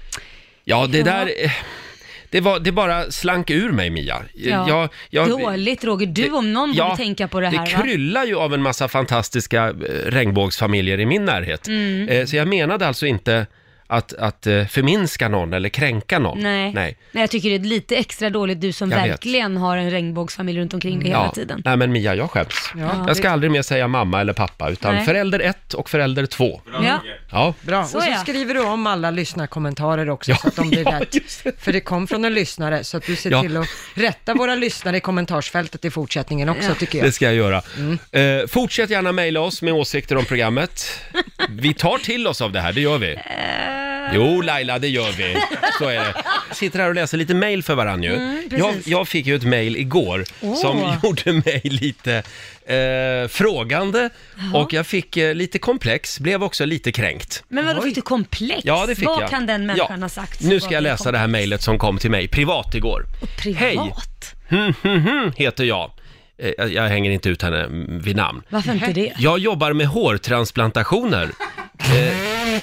Ja, det Ja. där... eh, Det, var, det bara slank ur mig, Mia. Ja. Jag, jag, Dåligt, Roger. Du om någon ja, borde tänka på det här, det va? kryllar ju av en massa fantastiska eh, regnbågsfamiljer i min närhet. Mm. Eh, så jag menade alltså inte att, att eh, förminska någon eller kränka någon. Nej. Nej. Nej, jag tycker det är lite extra dåligt, du som Jag vet. verkligen har en regnbågsfamilj runt omkring dig hela tiden. Nej, men Mia, jag skäms. Ja, Jag ska aldrig mer säga mamma eller pappa, utan Nej. förälder ett och förälder två. Ja. Ja, Bra, Så och så ja. skriver du om alla lyssnarkommentarer också Ja, så att de blir ja, rätt. just det. För det kom från en lyssnare, så att du ser Ja. till att rätta våra lyssnare i kommentarsfältet i fortsättningen också, Ja. tycker jag. det ska jag göra. Eh, fortsätt gärna mejla oss med åsikter om programmet. Vi tar till oss av det här, det gör vi. Jo, Laila, det gör vi. Så är det. Jag sitter här och läser lite mejl för varandra ju. Mm, jag, precis. jag fick ju ett mejl igår Åh. som gjorde mig lite eh, frågande. Och jag fick eh, lite komplex, blev också lite kränkt. Men vadå, fick du komplex? Ja, det fick Vad jag. kan den människan Ja. ha sagt? Nu som ska var jag din läsa det här komplex? mejlet som kom till mig privat igår. Privat? Hej. Hm, hm, hm, heter jag. Eh, Jag, jag hänger inte ut henne mm, vid namn. Varför inte det? Jag jobbar med hårtransplantationer. Eh,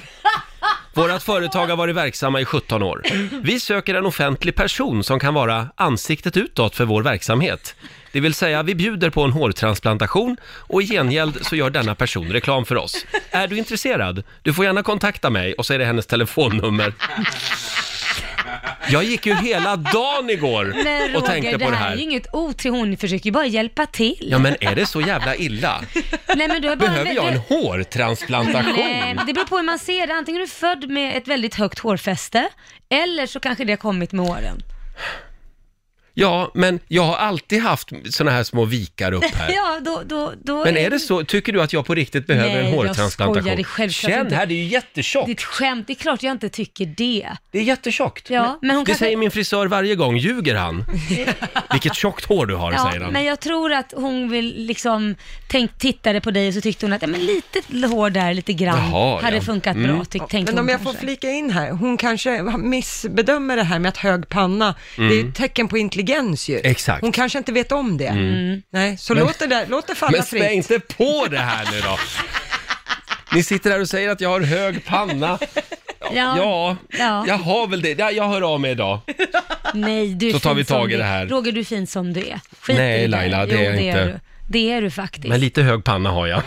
vårat företag har varit verksamma i sjutton år. Vi söker en offentlig person som kan vara ansiktet utåt för vår verksamhet. Det vill säga, vi bjuder på en hårtransplantation och i gengäld så gör denna person reklam för oss. Är du intresserad? Du får gärna kontakta mig och så är det hennes telefonnummer. Jag gick ju hela dagen igår Men Roger, och tänkte på det det här. här är ju inget otrill, hon försöker ju bara hjälpa till. Ja, men är det så jävla illa? Nej, men du har bara Behöver jag en det- hårtransplantation? Nej, det beror på hur man ser det. Antingen är du född med ett väldigt högt hårfäste, eller så kanske det har kommit med åren. Ja, men jag har alltid haft såna här små vikar upp här. Ja, då, då, då Men är det så? Tycker du att jag på riktigt behöver Nej, en jag hårtransplantation? skojar, det är självklart Känn inte. här, det är ju jättetjockt. Ditt skämt, det är klart jag inte tycker det. Det är jättetjockt. Ja, men hon det kanske- säger min frisör varje gång. Ljuger han? Vilket tjockt hår du har, Ja, säger han. men jag tror att hon vill liksom, tänk, tittade på dig och så tyckte hon att ja, men lite hår där, lite grann, Jaha, hade ja. funkat Mm. bra, tyck, tänkte Men om hon jag får kanske. flika in här, hon kanske missbedömer det här med att hög panna, det är ett tecken på intelligens ju. Exakt. Hon kanske inte vet om det. Mm. Nej, så låt det, där, låt det falla Men spä fritt. inte på det här nu då. Ni sitter här och säger att jag har hög panna. Ja, Ja, ja. jag har väl det. Ja, jag hör av mig idag. Nej, du är Så tar fin vi tag som i du det är. här. Roger, du är fin som du är. Skit Nej, i Laila, det jo, är jag det inte. Är du. Det är du faktiskt. Men lite hög panna har jag.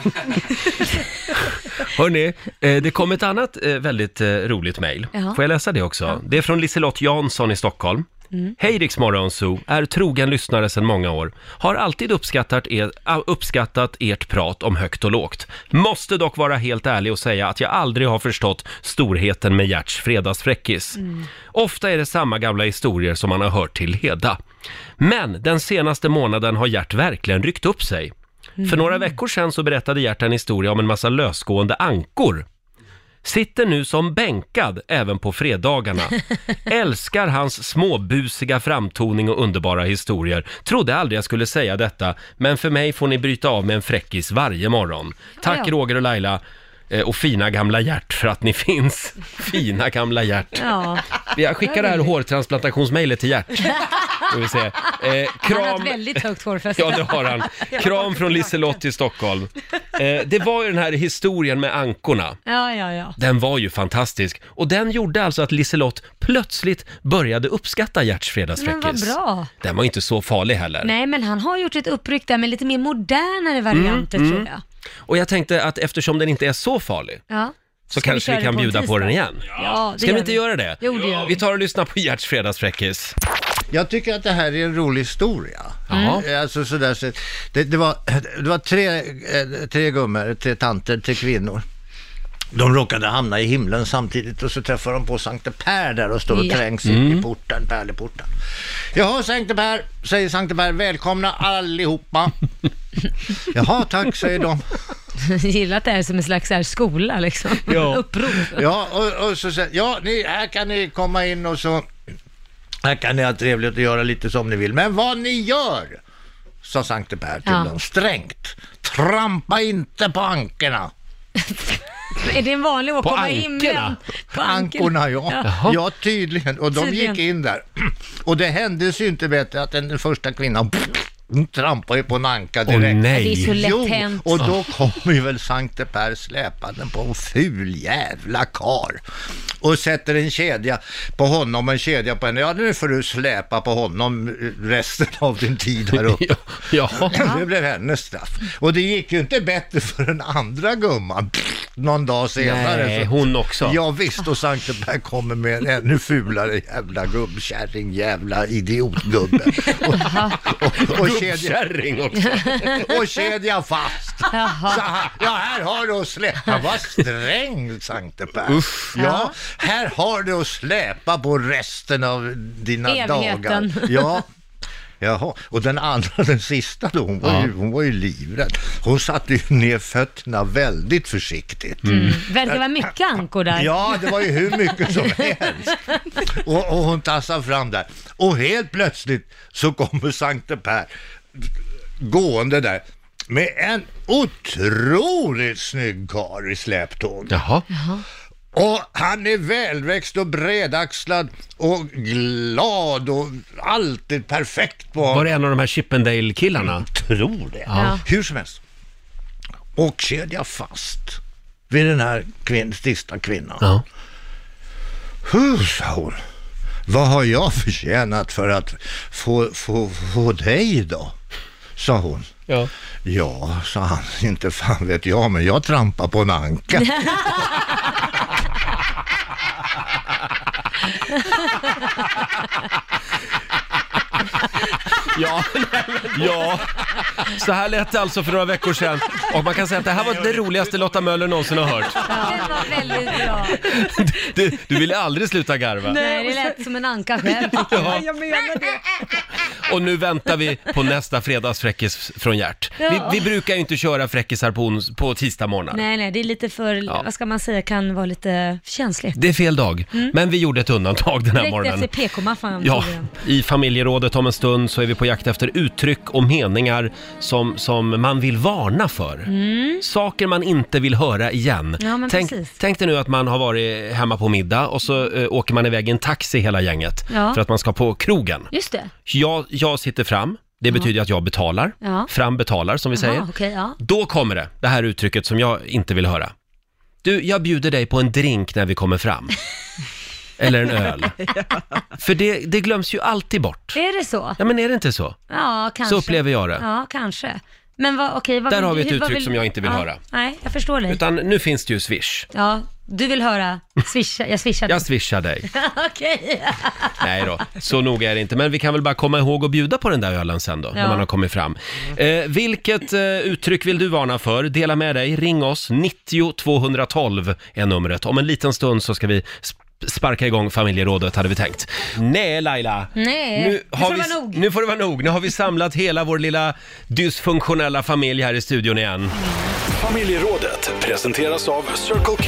Hörrni, eh, det kom ett annat eh, väldigt eh, roligt mejl. Jaha. Får jag läsa det också? Det är från Liselott Jansson i Stockholm. Hej Rix Morgonzoo, är trogen lyssnare sedan många år. Har alltid uppskattat, er, äh, uppskattat ert prat om högt och lågt. Måste dock vara helt ärlig och säga att jag aldrig har förstått storheten med Gerts fredagsfräckis. Ofta är det samma gamla historier som man har hört till leda. Men den senaste månaden har Gert verkligen ryckt upp sig. För några veckor sedan så berättade Gert en historia om en massa lösgående ankor. Sitter nu som bänkad även på fredagarna. Älskar hans småbusiga framtoning och underbara historier. Trodde aldrig jag skulle säga detta, men för mig får ni bryta av med en fräckis varje morgon. Tack Ja. Roger och Laila eh, och fina gamla Gert för att ni finns. Fina gamla Gert. Ja, Jag skickar det här hårtransplantationsmejlet till Gert. Får vi se. Eh, han har kram... ett väldigt högt hårfäste. Ja, det har han. Kram från Liselott i Stockholm. Eh, det var ju den här historien med ankorna. Ja, ja, ja. Den var ju fantastisk. Och den gjorde alltså att Liselott plötsligt började uppskatta Gerts Men vad fredagsfräckis. bra. Den var inte så farlig heller. Nej, men han har gjort ett uppryck där med lite mer modernare varianter, Mm, tror mm. jag. Och jag tänkte att eftersom den inte är så farlig Ja. Så Ska vi kanske vi, köra kan på en bjuda på tisdag? den igen. Ja, det Ska vi gör inte göra det? Jo, det gör vi. Vi tar och lyssnar på Gerts fredagsfräckis. Jag tycker att det här är en rolig historia. Jaha. Mm. Alltså sådär, så det, det var, det var tre, eh, tre gummor, tre tanter, tre kvinnor. De råkade hamna i himlen samtidigt och så träffar de på Sankte Per där och står och Ja. trängs in i porten, pärleporten. Jaha, Sankte Per, säger Sankte Per, välkomna allihopa. Jaha, tack, säger de. Jag gillar att det är som en slags här skola liksom. Ja. Upprop. Ja, och, och så säger ja, ni, här kan ni komma in och så här kan ni ha trevligt och göra lite som ni vill. Men vad ni gör, sa Sankte Per till Ja. dem strängt, trampa inte på ankorna. Är det en vanlig att På komma i ankorna? himlen? På Ankorna, ja. Jaha. Ja, tydligen. Och de Tydligen. gick in där. Och det hände ju inte bättre att den första kvinnan trampade ju på en anka Åh direkt. nej. Det är så lätt Jo, hänt. och då kommer ju väl Sankte Per släpande på en ful jävla kar och sätter en kedja på honom, en kedja på henne. Ja, nu får du släpa på honom resten av din tid här uppe. Ja. Ja. Det blev hennes straff. Och det gick ju inte bättre för den andra gumman någon dag senare. Nej, så- hon också. Ja visst, och Sankte Per kommer med en ännu fulare jävla gubbkärring, jävla idiotgubbe. Och, och, och, kedja, Gubbkärring också. och kedja fast. Så här, ja, här har du att släppa. Vad sträng, Sankte Per. Uff. Ja, här har du att släpa på resten av dina Evigheten. dagar. Ja. Jaha, och den andra, den sista då, hon var, Ja. ju, hon var ju livrädd. Hon satte ju ner fötterna väldigt försiktigt. Mm. Verkar vara mycket ankor där. Ja, det var ju hur mycket som helst. Och, och hon tassar fram där. Och helt plötsligt så kommer Sankte Per gående där med en otroligt snygg karl i släptåg. Jaha. Och han är välväxt och bredaxlad och glad och alltid perfekt på... Var det en av de här Chippendale-killarna? tror det. Ja. Hur som helst. Och kedja fast vid den här kvinn, sista kvinnan. Ja. Hur, sa hon. Vad har jag förtjänat för att få, få, få dig då? Sa hon. Ja. Ja, sa han. Inte fan vet jag, men jag trampar på en anka. Ja, ja. Så här lät det alltså för några veckor sedan. Och man kan säga att det här var det roligaste Lotta Möller någonsin har hört. Det var väldigt bra. Du, du ville aldrig sluta garva. Nej, det lät som en anka själv. Ja. Jag menar det. Och nu väntar vi på nästa fredagsfräckis från Gert. Vi, Ja. vi brukar ju inte köra fräckisar på, ons- på tisdag morgnar. Nej, nej, det är lite för, Ja. vad ska man säga, kan vara lite känsligt. Det är fel dag. Men vi gjorde ett undantag den här Direkt morgonen. efter P K-maffan. Ja, tog den. i familjerådet om en stund så är vi på jakt efter uttryck och meningar som, som man vill varna för. Saker man inte vill höra igen. Ja, men tänk, precis. tänk dig nu att man har varit hemma på middag och så eh, åker man iväg i en taxi hela gänget Ja. för att man ska på krogen. Just det. Jag, jag sitter fram, det betyder att jag betalar. Ja. Fram betalar som vi säger. Jaha, okej, ja. Då kommer det, det här uttrycket som jag inte vill höra. Du, jag bjuder dig på en drink när vi kommer fram. Eller en öl. För det, det glöms ju alltid bort. Är det så? Ja, men är det inte så? Ja, kanske. Så upplever jag det. Ja, kanske. Men vad, okej, vad Där vill har vi du- ett hur- vad uttryck vill- som jag inte vill ja, höra. Nej, jag förstår dig. Utan nu finns det ju Swish. Ja, du vill höra swisha, jag swishar Jag swishar dig. Okej. Nej då, så noga är det inte. Men vi kan väl bara komma ihåg att bjuda på den där ölen sen då, när Ja. man har kommit fram. Eh, vilket eh, uttryck vill du varna för? Dela med dig, ring oss. nittio tvåhundratolv är numret. Om en liten stund så ska vi sp- sparka igång familjerådet, hade vi tänkt. Nej, Laila. Nej, Nu, nu har får vi, det vara nog. nu får det vara nog. Nu har vi samlat hela vår lilla dysfunktionella familj här i studion igen. Familjerådet presenteras av Circle K.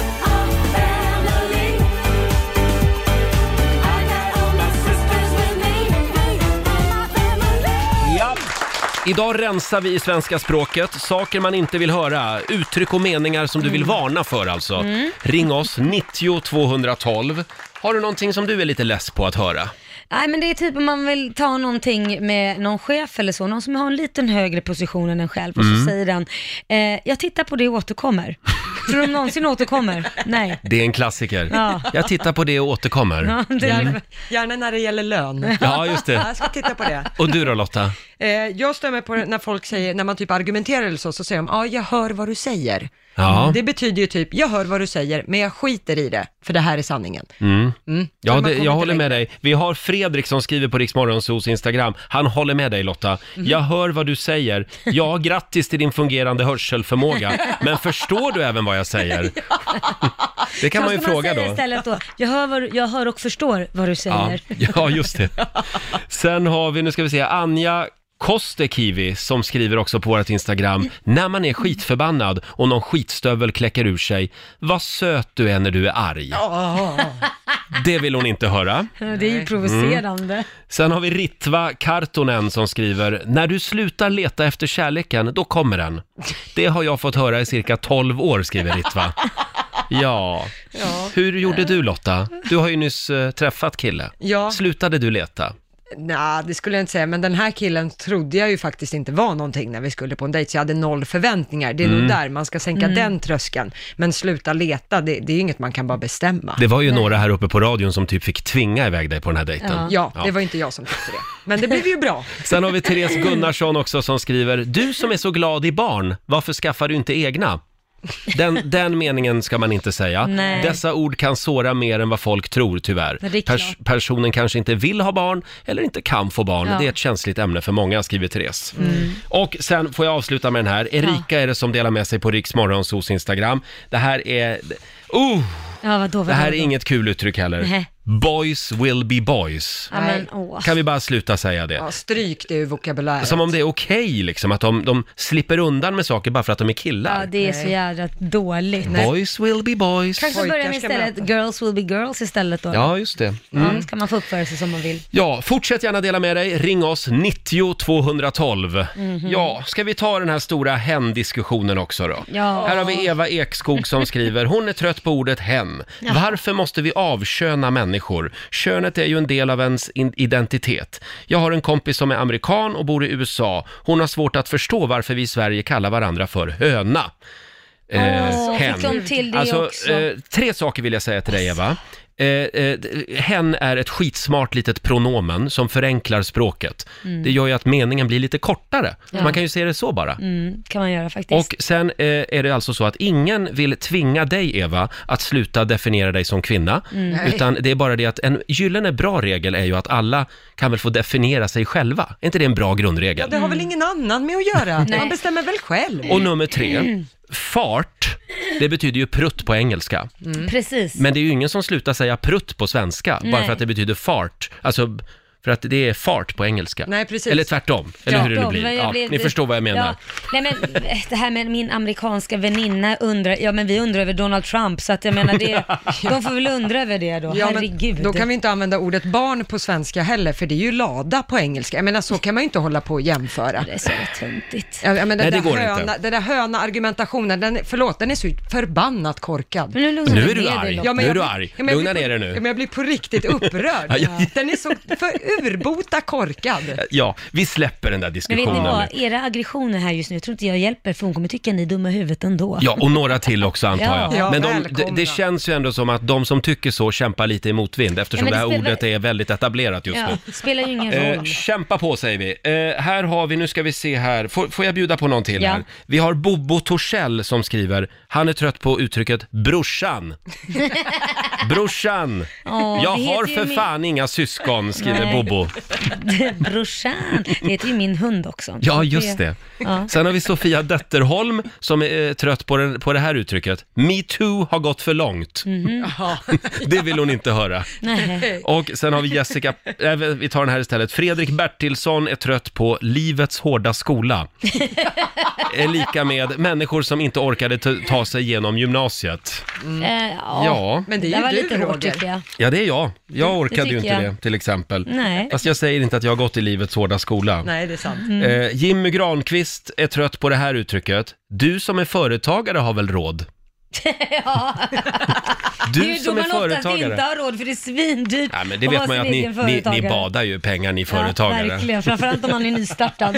Ja. Idag rensar vi i svenska språket. Saker man inte vill höra. Uttryck och meningar som du vill varna för alltså. Mm. Ring oss, nittio tvåhundratolv. Har du någonting som du är lite less på att höra? Nej, men det är typ om man vill ta någonting med någon chef eller så, någon som har en liten högre position än en själv och Mm. så säger den, eh, jag tittar på det och återkommer. Tror du de någonsin återkommer? Nej. Det är en klassiker. Ja. Jag tittar på det och återkommer. Ja, det är, Gärna, gärna när det gäller lön. Ja, just det. Jag ska titta på det. Och du då, Lotta? Eh, jag stämmer på det när folk säger, när man typ argumenterar eller så, så säger de, ja, jag hör vad du säger. Ja. Det betyder ju typ, jag hör vad du säger, men jag skiter i det, för det här är sanningen. Mm. Mm. Ja, Man det, kommer jag inte håller med längre. dig. Vi har Fredrik som skriver på Riksmorgonsos Instagram. Han håller med dig, Lotta. Mhm. Jag hör vad du säger. Ja, grattis till din fungerande hörselförmåga. Men förstår du även vad jag säger? Det kan Så man ju ska fråga säga då. Istället då. Jag hör, vad, du- jag hör och förstår vad du Ja, säger. ja, just det. Sen har vi, nu ska vi se, Anja Kostekivi som skriver också på vårt Instagram. När man är skitförbannad och någon skitstövel kläcker ur sig, vad söt du är när du är arg. Det vill hon inte höra. Det är ju provocerande. Sen har vi Ritva Kartonen som skriver: när du slutar leta efter kärleken, då kommer den. Det har jag fått höra i cirka tolv år, skriver Ritva. Ja. Ja. Hur gjorde du, Lotta? Du har ju nyss uh, träffat kille. Ja. Slutade du leta? Nej, det skulle jag inte säga, men den här killen trodde jag ju faktiskt inte var någonting när vi skulle på en dejt, så jag hade noll förväntningar. Det är Mm. nog där man ska sänka den tröskeln. Men sluta leta, det, det är ju inget man kan bara bestämma. Det var ju några här uppe på radion som typ fick tvinga iväg dig på den här dejten. Ja, det var inte jag som tyckte det. Men det blev ju bra. Sen har vi Therese Gunnarsson också som skriver: du som är så glad i barn, varför skaffar du inte egna? Den, den meningen ska man inte säga. Nej. Dessa ord kan såra mer än vad folk tror, tyvärr. Det är klart. Pers- personen kanske inte vill ha barn eller inte kan få barn. Ja. Det är ett känsligt ämne för många, skriver Therese. Och sen får jag avsluta med den här. Erika är det som delar med sig på Riksmorgonsos Instagram. Det här är... Uh, Ja, vadå, vadå, det här är vadå? inget kul uttryck heller. Nej. Boys will be boys. Ja, men, åh. Kan vi bara sluta säga det? Ja, stryk det ur vokabuläret. Som om det är okej liksom, att de, de slipper undan med saker bara för att de är killar. Ja, det är så Nej. jävla dåligt. Boys will be boys. Kanske Pojkar börja med ska istället möta. girls will be girls istället då. Ja, just det. Ja, så kan man få uppföra sig som man vill. Ja, fortsätt gärna dela med dig. Ring oss, nittio tvåhundratolv. Mhm. Ja, ska vi ta den här stora hen-diskussionen också då? Ja. Här har vi Eva Ekskog som skriver: hon är trött på ordet hen. Varför måste vi avköna människor? Könet är ju en del av ens in- identitet. Jag har en kompis som är amerikan och bor i U S A. Hon har svårt att förstå varför vi i Sverige kallar varandra för höna. Åh, fick de till det alltså, också? eh, tre saker vill jag säga till dig, Eva. Eh, eh, hen är ett skitsmart litet pronomen som förenklar språket. Det gör ju att meningen blir lite kortare. Ja. Man kan ju se det så bara. Mm, kan man göra faktiskt. Och sen eh, är det alltså så att ingen vill tvinga dig, Eva, att sluta definiera dig som kvinna. Mm. Utan det är bara det att en gyllene bra regel är ju att alla kan väl få definiera sig själva. Är inte det en bra grundregel? Det har väl ingen annan med att göra? Nej. Man bestämmer väl själv? Och nummer tre, fart, det betyder ju prutt på engelska. Precis. Men det är ju ingen som slutar säga prutt på svenska, bara Nej. för att det betyder fart. Alltså, för att det är fart på engelska. Nej, precis. Eller tvärtom, eller hur det nu Ja, blir. men jag Ja, blev- ni förstår vad jag menar. Ja. Nej men det här med min amerikanska väninna undrar, ja men vi undrar över Donald Trump, så att jag menar det, de får väl undra över det då, Ja, herregud. men då kan vi inte använda ordet barn på svenska heller, för det är ju lada på engelska. Jag menar, så kan man ju inte hålla på och jämföra. Det är så töntigt. Ja, jag menar, Nej, det den där går inte. höna, den där höna argumentationen, den, förlåt, den är så förbannat korkad. Men nu lugnar Nu du är du ner dig, arg. Lotta. Ja, men Nu är jag du blir- arg. ja, men jag Lugna blir på- ner dig nu. Ja, men jag blir på riktigt upprörd. Ja, ja. Den är så för urbota korkad. Ja, vi släpper den där Men vet diskussionen ni nu. vad, era aggressioner här just nu, jag tror inte jag hjälper, för hon kommer tycka ni är dumma i huvudet ändå. Ja, och några till också antar Ja. jag. Ja, Men de, välkomna. det, det känns ju ändå som att de som tycker så kämpar lite i motvind, eftersom Ja, men det det här spelar- ordet är väldigt etablerat just Ja, nu. det spelar ju ingen Eh, roll. kämpa på, säger vi. Eh, här har vi, nu ska vi se här. Får, får jag bjuda på någon till Ja. här? Vi har Bobo Torssell som skriver, han är trött på uttrycket brorsan. Brorsan! Åh, jag det har heter ju för min- fan inga syskon, skriver Nej. Bobo. Brorsan, det heter ju min hund också. Ja, just det. Ja. Sen har vi Sofia Detterholm som är eh, trött på, den, på det här uttrycket. Me too har gått för långt. Ja. Det vill hon inte höra. Nej. Och sen har vi Jessica, äh, vi tar den här istället. Fredrik Bertilsson är trött på livets hårda skola. Är lika med människor som inte orkade ta, ta sig igenom gymnasiet. Eh, ja. Ja. Men det är Det ju var du, lite hårt Roger. tycker jag. Ja, det är jag. Jag orkade ju tycker inte jag. det, till exempel. Nej. Fast jag säger inte att jag har gått i livets hårda skola. Nej, det är sant. Eh, Jimmy Granqvist är trött på det här uttrycket. Du som är företagare har väl råd? Ja. Du det är ju som då är man oftast företagare. inte har råd, för det är svindyrt. Nej, men det att vet vara man ju att sin ni, egen ni, ni företagare. badar ju pengar, ni företagare. Ja, verkligen. Framförallt om man är nystartad.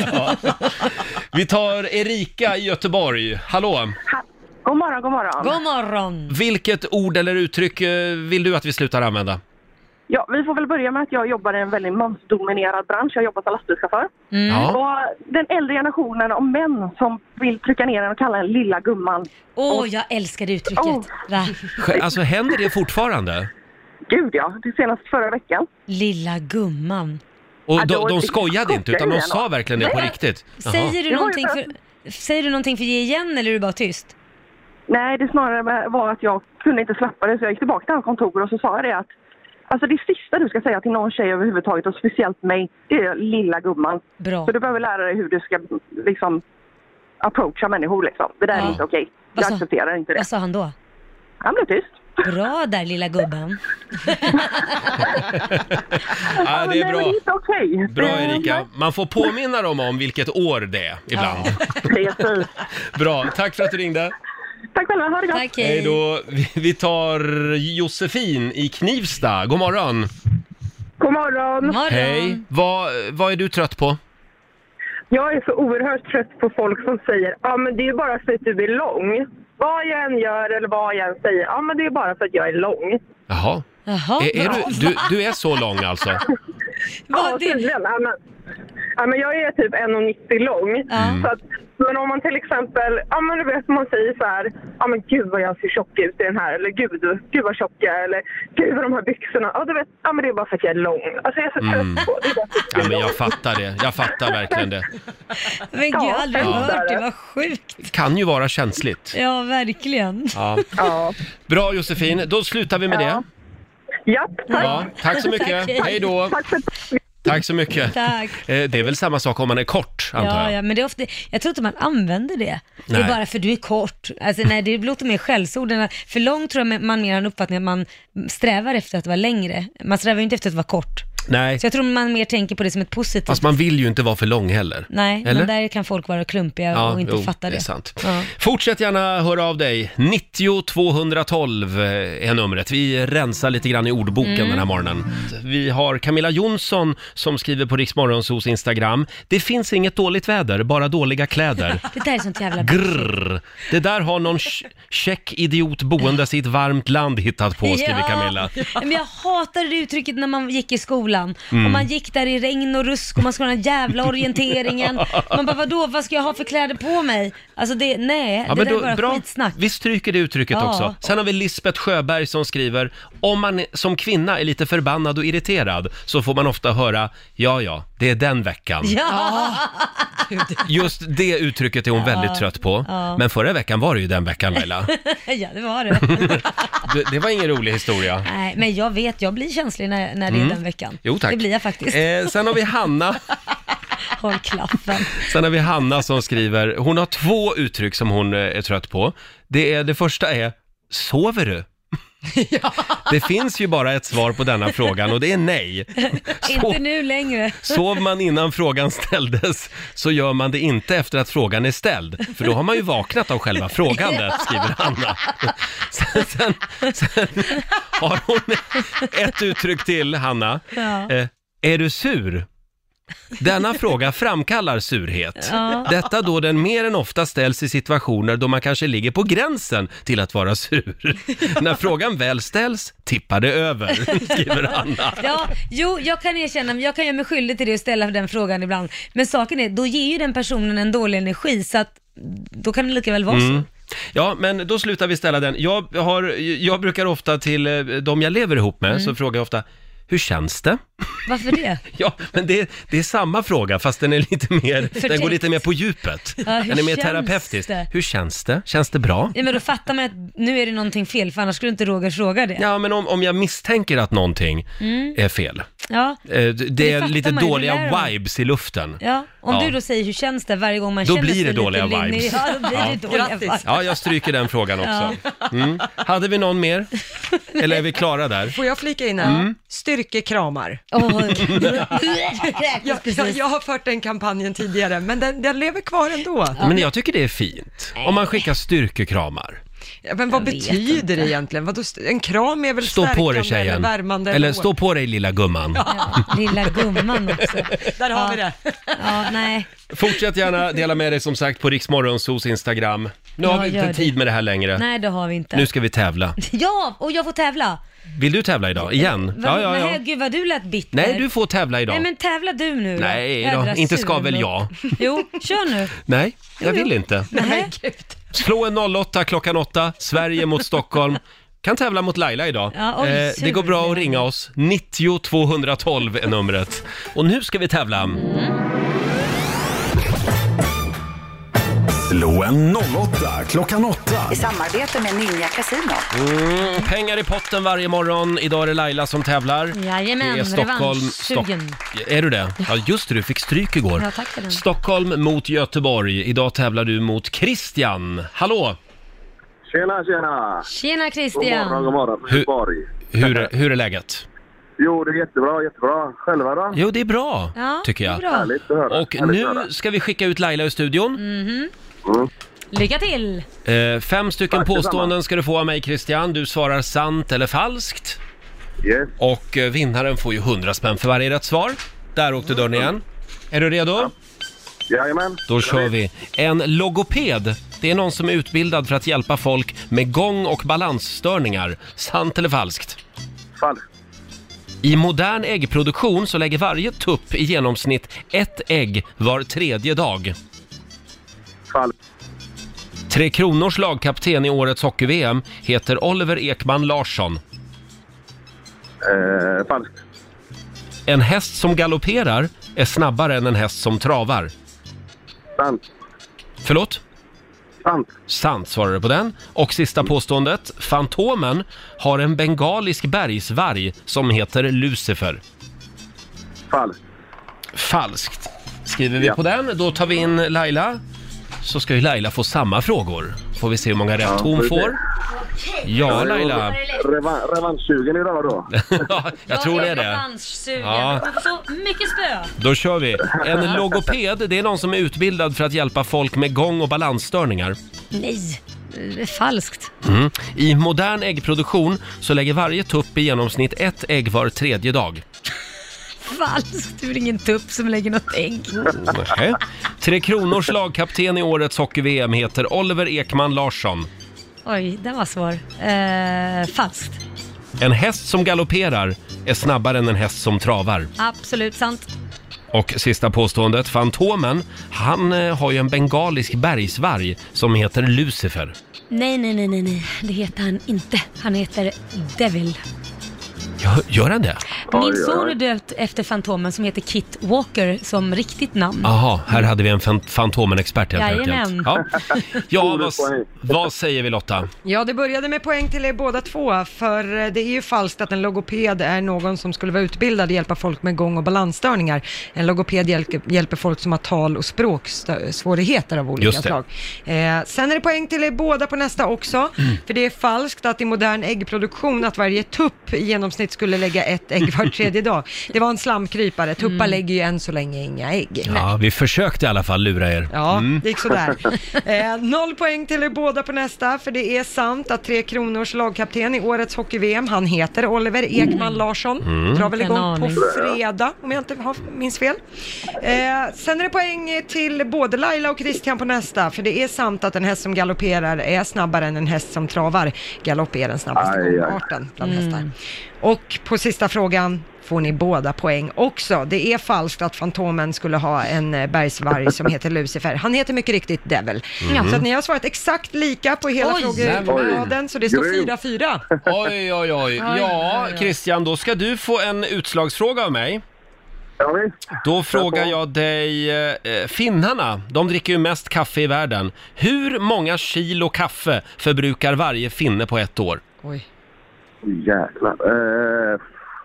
Vi tar Erika i Göteborg. Hallå! God morgon, god morgon. God morgon. Vilket ord eller uttryck eh, vill du att vi slutar använda? Ja, vi får väl börja med att jag jobbar i en väldigt mansdominerad bransch. Jag jobbar som lastbilschaufför. Mm. Ja. Och den äldre generationen av män som vill trycka ner en och kalla en lilla gumman. Åh, oh, jag älskar det uttrycket. Åh. Va? Alltså händer det fortfarande? Gud ja, det senast förra veckan. Lilla gumman. Och Ja, de, då- de skojade inte, utan de chockade sa jag. verkligen det på riktigt. Jaha. Säger du, Det var ju någonting för för, säger du någonting för att ge igen eller är du bara tyst? Nej, det snarare var att jag kunde inte släppa det, så jag gick tillbaka till hans kontor och så sa jag det att alltså det sista du ska säga till någon tjej överhuvudtaget, och speciellt mig, det är lilla gumman. Bra. Så du behöver lära dig hur du ska liksom approacha människor liksom. Det där Ja. är inte okej. Vad Jag sa- accepterar inte det. Vad sa han då? Han blev tyst. Bra där lilla gubben. Ja, det är Nej, men bra. det är inte okej. Bra Det- Erika. Man får påminna dem om vilket år det är ibland. Precis. Bra, tack för att du ringde. Tack själva, ha det gott. Tack, Hej hej. då. Vi- Vi tar Josefin i Knivsta. God morgon. God morgon. Morgon. Hej. Vad, vad är du trött på? Jag är så oerhört trött på folk som säger ja men det är ju bara för att du är lång. Vad jag än gör eller vad jag än säger, ja men det är bara för att jag är lång. Jaha. Jaha. Är, är du, du, du är så lång alltså? Ja, Vad det? tydligen. Ja, men, ja, men jag är typ en komma nittio lång. Mm. Så att, men om man till exempel, ja men du vet man säger så här, ja men gud vad jag ser tjock ut i den här, eller gud, gud vad tjock jag är, eller gud vad de här byxorna, ja du vet, ja men det är bara för att jag är lång. Alltså jag är så trött på det. Är bara för att Ja, jag är men lång. jag fattar det. Jag fattar verkligen det. Men gud, jag har aldrig Ja. hört det. Vad sjukt. Kan ju vara känsligt. Ja, verkligen. Ja. Ja. Bra Josefin, då slutar vi med det. Ja, tack. Ja, tack så mycket. Tack, hej. Hej då. Tack för Tack så mycket. Tack. Eh, Det är väl samma sak om man är kort, antar Ja, jag. ja, men det är ofta, jag tror inte man använder det. Det är Nej. bara för du är kort. Alltså nej, det låter mer skällsord. än att- För lång tror jag man mer har en uppfattning att man strävar efter att vara längre. Man strävar ju inte efter att vara kort. Nej, Så jag tror man mer tänker på det som ett positivt. fast man vill ju inte vara för lång heller. Nej, Eller? men där kan folk vara klumpiga och inte jo, fatta det. det är sant. Ja. Fortsätt gärna höra av dig. nittio tvåhundratolv är numret. Vi rensar lite grann i ordboken Mm. den här morgonen. Vi har Camilla Jonsson som skriver på Rix Morgonzos Instagram. Det finns inget dåligt väder, bara dåliga kläder. Det där är sånt jävla Grrr. Det där har någon ch- check idiot boende i ett varmt land hittat på, skriver Camilla. Ja, men jag hatade det uttrycket när man gick i skolan. Mm. Och man gick där i regn och rusk och man skulle ha den jävla orienteringen. Man bara, vadå, vad ska jag ha för kläder på mig? Alltså det, nej, Ja, det men där då, är bara bra. skitsnack. Vi stryker det uttrycket Ja. också. Sen har vi Lisbeth Sjöberg som skriver: om man som kvinna är lite förbannad och irriterad så får man ofta höra, ja ja, det är den veckan. Ja, Just det uttrycket är hon väldigt trött på. Ja. Men förra veckan var det ju den veckan, Laila. ja, det var det. Det, det var ingen rolig historia. Nej, men jag vet, jag blir känslig när, när det är den veckan. Mm. Jo, tack. Det blir jag faktiskt. Eh, sen har vi Hanna. Håll klaffen. Sen har vi Hanna som skriver, hon har två uttryck som hon eh, är trött på. Det, är, det första är, sover du? Det finns ju bara ett svar på denna frågan och det är nej. Så, Inte nu längre. sov man innan frågan ställdes så gör man det inte efter att frågan är ställd. För då har man ju vaknat av själva frågandet, skriver Hanna. Sen, sen, sen har hon ett uttryck till, Hanna. Ja. Eh, är du sur? Denna fråga framkallar surhet. Ja. Detta då den mer än ofta ställs i situationer då man kanske ligger på gränsen till att vara sur. När frågan väl ställs tippar det över, skriver Anna. Ja, jo, jag kan erkänna, jag kan göra mig skyldig till det och ställa den frågan ibland. Men saken är, då ger ju den personen en dålig energi, så att då kan det lika väl vara Mm. så. Ja, men då slutar vi ställa den. Jag, har, jag brukar ofta till eh, de jag lever ihop med, så frågar jag ofta, hur känns det? Varför det? Ja, men det, det är samma fråga fast den är lite mer, den Förtäckt. går lite mer på djupet. Ja, hur Den är mer känns terapeutisk. det? Hur känns det? Känns det bra? Ja, men då fattar man att nu är det någonting fel, för annars skulle inte Roger fråga det. Ja, men om, om jag misstänker att någonting är fel. Ja, Eh, Det, det är fattar lite man ju, dåliga det lär de. vibes i luften. ja. Om Ja. du då säger hur känns det varje gång man Då känner blir sig det lite dåliga lynnig. vibes. Ja, då blir Ja. det dåliga Grattis. vibes. Ja, jag stryker den frågan också. Mm. Hade vi någon mer? Eller är vi klara där? Får jag flika in här? Styrkekramar. Åh, Jag, jag, precis. jag har fört den kampanjen tidigare, men den, den lever kvar ändå. Men jag tycker det är fint. Om man skickar styrkekramar. Ja, men vad Jag vet betyder inte. det egentligen? Vadå, st- en kram är väl Stå på stärkande dig tjejen. eller värmande? Eller eller stå på dig lilla gumman. Ja, lilla gumman också. Där har Ja. vi det. Ja, nej. Fortsätt gärna dela med dig som sagt på Rix Morgonzos Instagram. Nu har Ja, vi gör inte det. tid med det här längre. Nej, det har vi inte. Nu ska vi tävla. Ja, och jag får tävla. Vill du tävla idag? Igen? Va? Nej, gud vad du lät bitter. Nej, du får tävla idag. Nej, men tävla du nu då. Nej då, Jädra inte ska surmupp. väl jag. Jo, kör nu. Nej, jag Jo, vill jo. inte. Nej. Slå en noll åtta klockan åtta, Sverige mot Stockholm. Kan tävla mot Laila idag. Ja, oj, eh, det går bra sur. att ringa oss. nittio tvåhundratolv är numret. Och nu ska vi tävla. Mm. Slå en noll åtta klockan åtta. I samarbete med Ninja Casino. Mm, pengar i potten varje morgon. Idag är det Laila som tävlar. Jajamän, det är Stockholm. revanschsugen. Är du det? Ja, just det, du fick stryk igår. Ja, tack för den. Stockholm mot Göteborg. Idag tävlar du mot Christian. Hallå! Tjena, tjena! Tjena Christian! God morgon, god morgon från Hur- Göteborg. Hur, är- hur är läget? Jo, det är jättebra, jättebra. Själva då? Jo, det är bra, Ja, tycker det är jag. bra. Härligt att höra. Och Härligt att nu höra. ska vi skicka ut Laila ur studion. Mhm. Mm. Lycka till! Eh, fem stycken Tack påståenden detsamma. ska du få av mig, Christian. Du svarar sant eller falskt. Yes. Och eh, vinnaren får ju hundra spänn för varje rätt svar. Där åkte dörren igen. Är du redo? Jajamän. Då kör vi. En logoped, det är någon som är utbildad för att hjälpa folk med gång- och balansstörningar. Sant eller falskt? Falskt. I modern äggproduktion så lägger varje tupp i genomsnitt ett ägg var tredje dag. Falskt. Tre Kronors lagkapten i årets hockey-V M heter Oliver Ekman Larsson. Eh, falskt. En häst som galopperar är snabbare än en häst som travar. Sant. Förlåt? Sant. Sant svarar du på den. Och sista påståendet. Fantomen har en bengalisk bergsvarg som heter Lucifer. Falskt. Falskt. Skriver vi Ja. på den. Då tar vi in Laila. Så ska ju Laila få samma frågor. Får vi se hur många rätt Ja, hon får vi får. se. Ja, Laila. Revan- revanschsugen idag då? Ja, jag tror det är det. revanschsugen. Ja. Du får så mycket spö. Då kör vi. En logoped, det är någon som är utbildad för att hjälpa folk med gång- och balansstörningar. Nej, det är falskt. Mm. I modern äggproduktion så lägger varje tupp i genomsnitt ett ägg var tredje dag. Falskt, du är ingen tupp som lägger något ägg. Nähä. Tre Kronors lagkapten i årets hockey-V M heter Oliver Ekman Larsson. Oj, den var svår. Eh, falskt. En häst som galopperar är snabbare än en häst som travar. Absolut sant. Och sista påståendet, Fantomen, han eh, har ju en bengalisk bergsvarg som heter Lucifer. Nej, nej, nej, nej, nej. Det heter han inte. Han heter Devil. Gör, gör han det? Min Oj, oj, son oj. är döpt efter Fantomen som heter Kit Walker som riktigt namn. Jaha, här hade vi en fan- Fantomen-expert helt Jajamän. enkelt. Ja, ja vad, vad säger vi Lotta? Ja, det började med poäng till er båda två, för det är ju falskt att en logoped är någon som skulle vara utbildad att hjälpa folk med gång- och balansstörningar. En logoped hjälper, hjälper folk som har tal- och språksvårigheter av olika Just det. slag. Eh, sen är det poäng till er båda på nästa också, Mm. för det är falskt att i modern äggproduktion att varje tupp i genomsnitt skulle lägga ett ägg var tredje dag. Det var en slamkrypare, tuppar Mm. lägger ju än så länge inga ägg. Ja, vi försökte i alla fall lura er. Ja, Mm. det gick sådär. Eh, noll poäng till er båda på nästa, för det är sant att Tre Kronors lagkapten i årets hockey-V M, han heter Oliver Ekman Larsson. Mm. Drar väl En igång på aning. fredag, om jag inte har, minns fel. Eh, sen är det poäng till både Laila och Christian på nästa, för det är sant att en häst som galopperar är snabbare än en häst som travar. Galopp är den snabbaste Aj, aj. gångarten bland Mm. hästar. Och på sista frågan får ni båda poäng också. Det är falskt att Fantomen skulle ha en eh, bergsvarg som heter Lucifer. Han heter mycket riktigt Devil. Mm. Så att ni har svarat exakt lika på hela Oj. frågeraden, så det står Grymt. fyra fyra. Oj, oj, oj. Ja, Christian, då ska du få en utslagsfråga av mig. Ja, visst. Då frågar jag dig, eh, finnarna, de dricker ju mest kaffe i världen. Hur många kilo kaffe förbrukar varje finne på ett år? Oj. Jäklar. Eh,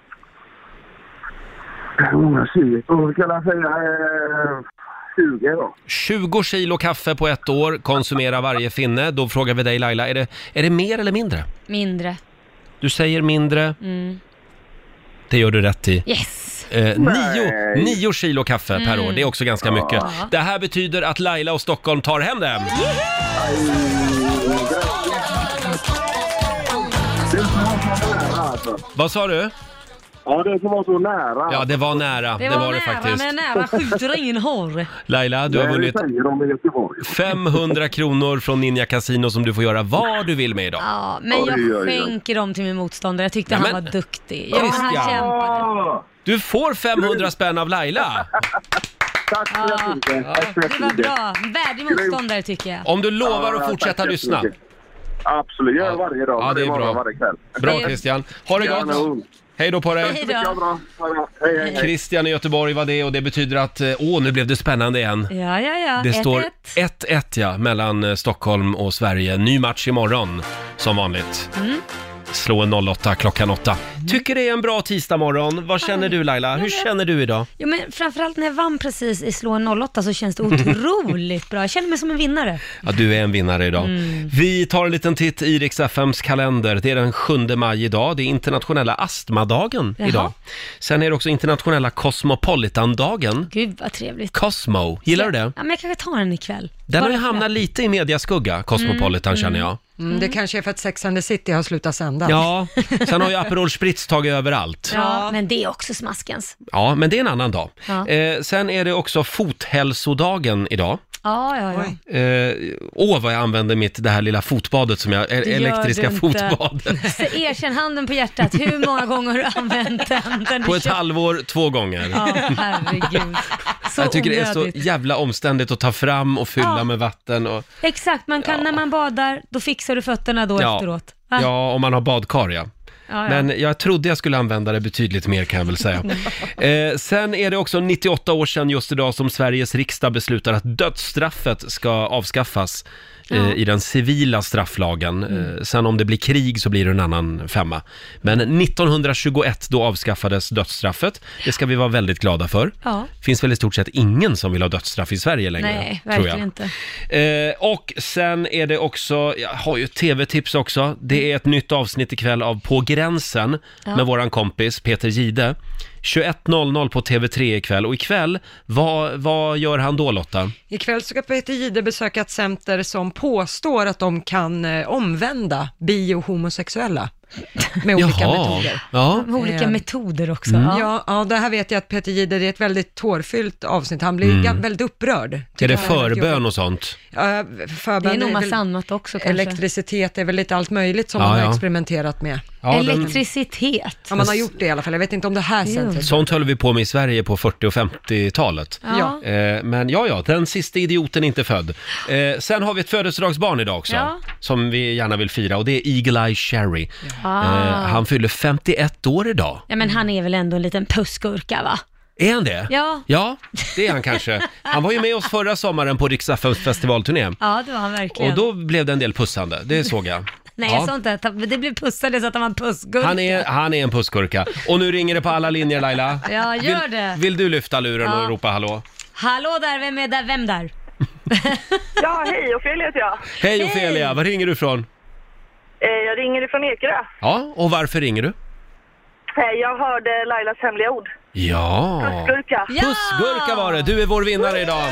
hur många kilo? Då kan jag säga eh, tjugo då. tjugo kilo kaffe på ett år konsumerar varje finne. Då frågar vi dig Laila, är det, är det mer eller mindre? Mindre. Du säger mindre, Mm. det gör du rätt i. Yes. Eh, nio, nio kilo kaffe per Mm. år, det är också ganska mycket. Ja. Det här betyder att Laila och Stockholm tar hem den. Det är så här, alltså. Vad sa du? Ja, det som var så nära. Ja, det var nära. Det, Det var, var det nära, faktiskt. men nära skjuter ingen har. Laila, du har Nej, vunnit det säger de i Göteborg. femhundra kronor från Ninja Casino som du får göra vad du vill med idag. Ja, men Oj, jag oj, oj. skänker dem till min motståndare. Jag tyckte Ja, han men- var duktig. Ja, han Christian. kämpade. Ah, Du får femhundra spänn av Laila. tack så Ja, jättemycket. Tack så det var jättemycket. bra. Värdig motståndare tycker jag. Om du lovar Ja, att fortsätta tack så lyssna. jättemycket. Absolut, jag gör varje dag. Ja, det är Varje bra. morgon, varje kväll. Bra Christian. Ha det gott. Kanon. Hej då på dig. Hej Ja, då. bra. Ja, hej, hej, hej. Christian i Göteborg var det och det betyder att, eh, åh nu blev det spännande igen. Ja, ja, ja. Det ett, står ett. ett ett ja, mellan eh, Stockholm och Sverige. Ny match imorgon, som vanligt. Mm. Slå en noll åtta klockan åtta. Tycker det är en bra tisdagmorgon. Vad känner du Laila? Hur känner du idag? Jo, men framförallt när jag vann precis i Slå en noll åtta så känns det otroligt bra. Jag känner mig som en vinnare. Ja, du är en vinnare idag. Mm. Vi tar en liten titt i Rix F M:s kalender. Det är den sjunde maj idag. Det är internationella astmadagen Jaha. idag. Sen är det också internationella Cosmopolitan-dagen. Gud vad trevligt. Cosmo, gillar du det? Ja, men jag kanske tar den ikväll. Den har ju Bara för hamnat det. lite i mediaskugga, Cosmopolitan, känner jag. Mm, det kanske är för att Sex and the City har slutat sända. Ja, sen har ju Aperol Spritz tagit över allt. Ja, men det är också smaskens. Ja, men det är en annan dag. Ja. Eh, sen är det också fothälsodagen idag. Ja, ja, ja. Oj. Eh, åh, vad jag använder mitt, det här lilla fotbadet som jag, Det gör elektriska du inte. fotbadet. Så erkänn handen på hjärtat, hur många gånger har du använt den? den På du ett köpt? halvår, två gånger. Ja, herregud. Så jag tycker det är onödigt. så jävla omständigt att ta fram och fylla Ja. med vatten. Och, Exakt, man kan Ja. när man badar, då fixar du fötterna då Ja. efteråt. Va? ja, om man har badkar, ja. Ja, ja. Men jag trodde jag skulle använda det betydligt mer kan jag väl säga. eh, sen är det också nittioåtta år sedan just idag som Sveriges riksdag beslutar att dödsstraffet ska avskaffas eh, Ja. i den civila strafflagen. Eh, sen om det blir krig så blir det en annan femma. Men nittonhundratjugoett då avskaffades dödsstraffet. Det ska vi vara väldigt glada för. Ja. Finns väl i stort sett ingen som vill ha dödsstraff i Sverige längre, Nej, tror verkligen jag. inte. Eh, och sen är det också, jag har ju ett tv-tips också. Det är ett nytt avsnitt ikväll av På gränsen Ja. med våran kompis Peter Gide. tjugoett noll noll på T V tre ikväll. Och ikväll, vad, vad gör han då Lotta? Ikväll ska Peter Gide besöka ett center som påstår att de kan eh, omvända bi- och homosexuella med olika metoder. Ja. Med olika Eh, metoder också. Mm. Ja. Ja, ja, det här vet jag att Peter Gide, det är ett väldigt tårfyllt avsnitt. Han blir Mm. ga- väldigt upprörd. Är Tycker det han väldigt förbön jobbigt. och sånt? Ja, förbön Det är nog väl- massa annat också kanske. Elektricitet är väl lite allt möjligt som Ja, man har ja. experimenterat med. Ja, den, Elektricitet. Ja, man har gjort det i alla fall. Jag vet inte om det här Jo. centret. sånt höll vi på med i Sverige på fyrtio- och femtiotalet. Ja. Eh, men ja, ja, den sista idioten är inte född. Eh, sen har vi ett födelsedagsbarn idag också, Ja. som vi gärna vill fira, och det är Eagle Eye Cherry. Ah. Eh, han fyller femtioett år idag. Ja, men han är väl ändå en liten pussgurka va? Är han det? Ja. Ja, det är han kanske. Han var ju med oss förra sommaren på Rix F M:s festivalturné. Ja, det var han verkligen. Och då blev det en del pussande, det såg jag. Nej, Ja. jag sa inte att det blev pussade så att han var en pussgurka. Han är, han är en pussgurka. Och nu ringer det på alla linjer, Laila. Ja, gör vill, det. Vill du lyfta luren Ja. och ropa hallå? Hallå där, vem är där? Vem där? Ja, hej, Ofelia heter jag. Hej Ofelia, var ringer du ifrån? Eh, Jag ringer ifrån Ekerö. Ja, och varför ringer du? Eh, Jag hörde Lailas hemliga ord. Ja, Pussgurka. Ja! pussgurka var det. Du är vår vinnare idag.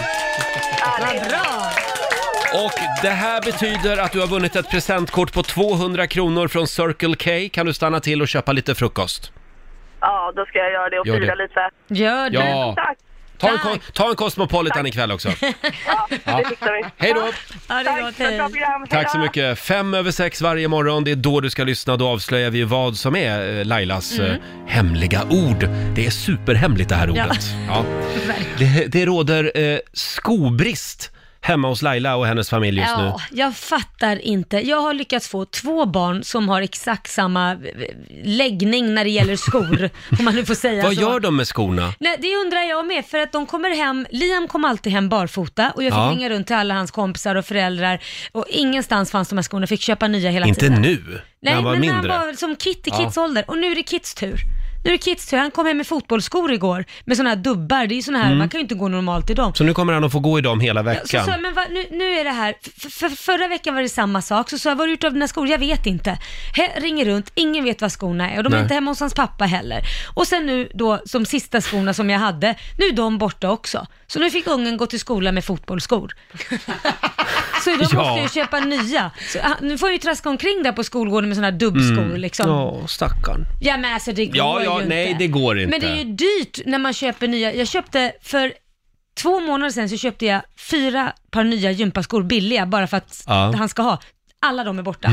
Vad bra! Och det här betyder att du har vunnit ett presentkort på tvåhundra kronor från Circle K. Kan du stanna till och köpa lite frukost? Ja, då ska jag göra det och Gör fira det. lite. Gör det. Ja. Tack. Ta en, Tack. ko- ta en Cosmopolitan ikväll också. Ja, det fixar vi. Hej då! Ja, det Tack låter för ett bra program. Hej Tack så då. mycket. Fem över sex varje morgon, det är då du ska lyssna. Då avslöjar vi ju vad som är eh, Lailas Mm. eh, hemliga ord. Det är superhemligt det här Ja. ordet. Ja. Det, det råder eh, skobrist hemma hos Laila och hennes familj just nu. Ja, jag fattar inte. Jag har lyckats få två barn som har exakt samma eh, läggning när det gäller skor, om man nu får säga Vad så. gör de med skorna? Nej, det undrar jag med, för att de kommer hem, Liam kom alltid hem barfota och jag fick Ja. ringa runt till alla hans kompisar och föräldrar och ingenstans fanns de här skorna, fick köpa nya hela Inte tiden. nu, när Nej, han var men mindre. han var som Kit i Ja. Kits ålder och nu är det Kits tur. Nu är det Kits tur, han kom hem med fotbollsskor igår med sådana här dubbar, det är ju sådana här, man kan ju inte gå normalt i dem. Så nu kommer han att få gå i dem hela Ja, så veckan. sa jag, men va, nu, nu är det här, för, för, förra veckan var det samma sak, så sa jag, vad har du gjort av dina skor? Jag vet inte. He, ringer runt, ingen vet vad skorna är och de Nej. är inte hemma hos hans pappa heller. Och sen nu då, som sista skorna som jag hade, nu är de borta också. Så nu fick ungen gå till skolan med fotbollsskor. Så då Ja. måste jag köpa nya. Så, ah, nu får jag ju traska omkring där på skolgården med såna här dubbskor Mm. liksom. Ja, stackarn. Ja men alltså det går Ja, ja, ju nej, inte. det går inte. Men det är ju dyrt när man köper nya. Jag köpte för två månader sedan så köpte jag fyra par nya gympaskor billiga bara för att Ja. han ska ha. Alla de är borta.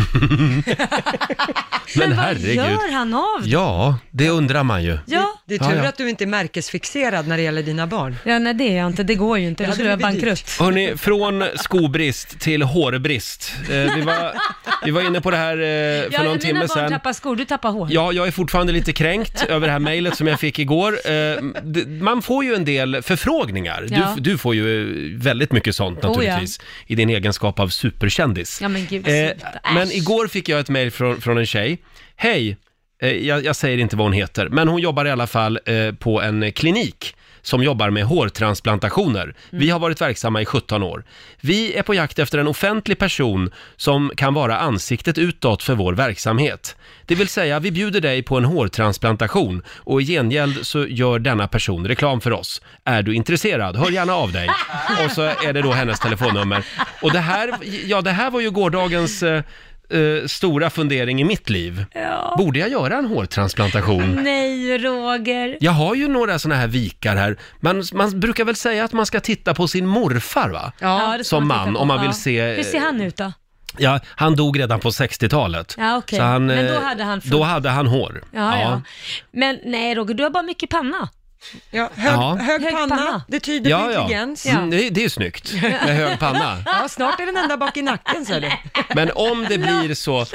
Men vad herregud. gör han av det? Ja, det undrar man ju. Ja. Det är tur Ja, ja. att du inte är märkesfixerad när det gäller dina barn. Ja, nej det är jag inte. Det går ju inte. Det Då hade skulle jag vara blivit bankrutt. Hörrni, från skobrist till hårbrist. Eh, vi, var, vi var inne på det här eh, för Ja, någon timme mina barn sedan. tappar skor, du tappar hår. Ja, jag är fortfarande lite kränkt över det här mejlet som jag fick igår. Eh, d- man får ju en del förfrågningar. Ja. Du, du får ju väldigt mycket sånt Oh, naturligtvis. I din egenskap av superkändis. Ja men gud, Eh, sluta. men Äsch. igår fick jag ett mejl från, från en tjej. Hej, eh, jag, jag säger inte vad hon heter, men hon jobbar i alla fall eh, på en klinik som jobbar med hårtransplantationer. Mm. Vi har varit verksamma i sjutton år. Vi är på jakt efter en offentlig person som kan vara ansiktet utåt för vår verksamhet. Det vill säga, vi bjuder dig på en hårtransplantation och i gengäld så gör denna person reklam för oss. Är du intresserad? Hör gärna av dig. Och så är det då hennes telefonnummer. Och det här, ja, det här var ju gårdagens eh, eh, stora fundering i mitt liv. Ja. Borde jag göra en hårtransplantation? Nej Roger. Jag har ju några såna här vikar här. Man, man brukar väl säga att man ska titta på sin morfar, va? Ja, det ska Som man titta man, på. om man vill Ja. se... Hur ser han ut då? Ja, han dog redan på sextiotalet. Ja, okej. Så han, Men då eh, hade han full- Då hade han hår. Ja, ja. Men nej Roger, du har bara mycket panna. Ja, hög, Ja. hög, Hög panna, panna. det tyder Ja, på ja. intelligens. Mm, det, det är ju snyggt med hög panna. Ja, snart är den ända bak i nacken, så du. Men om det blir så...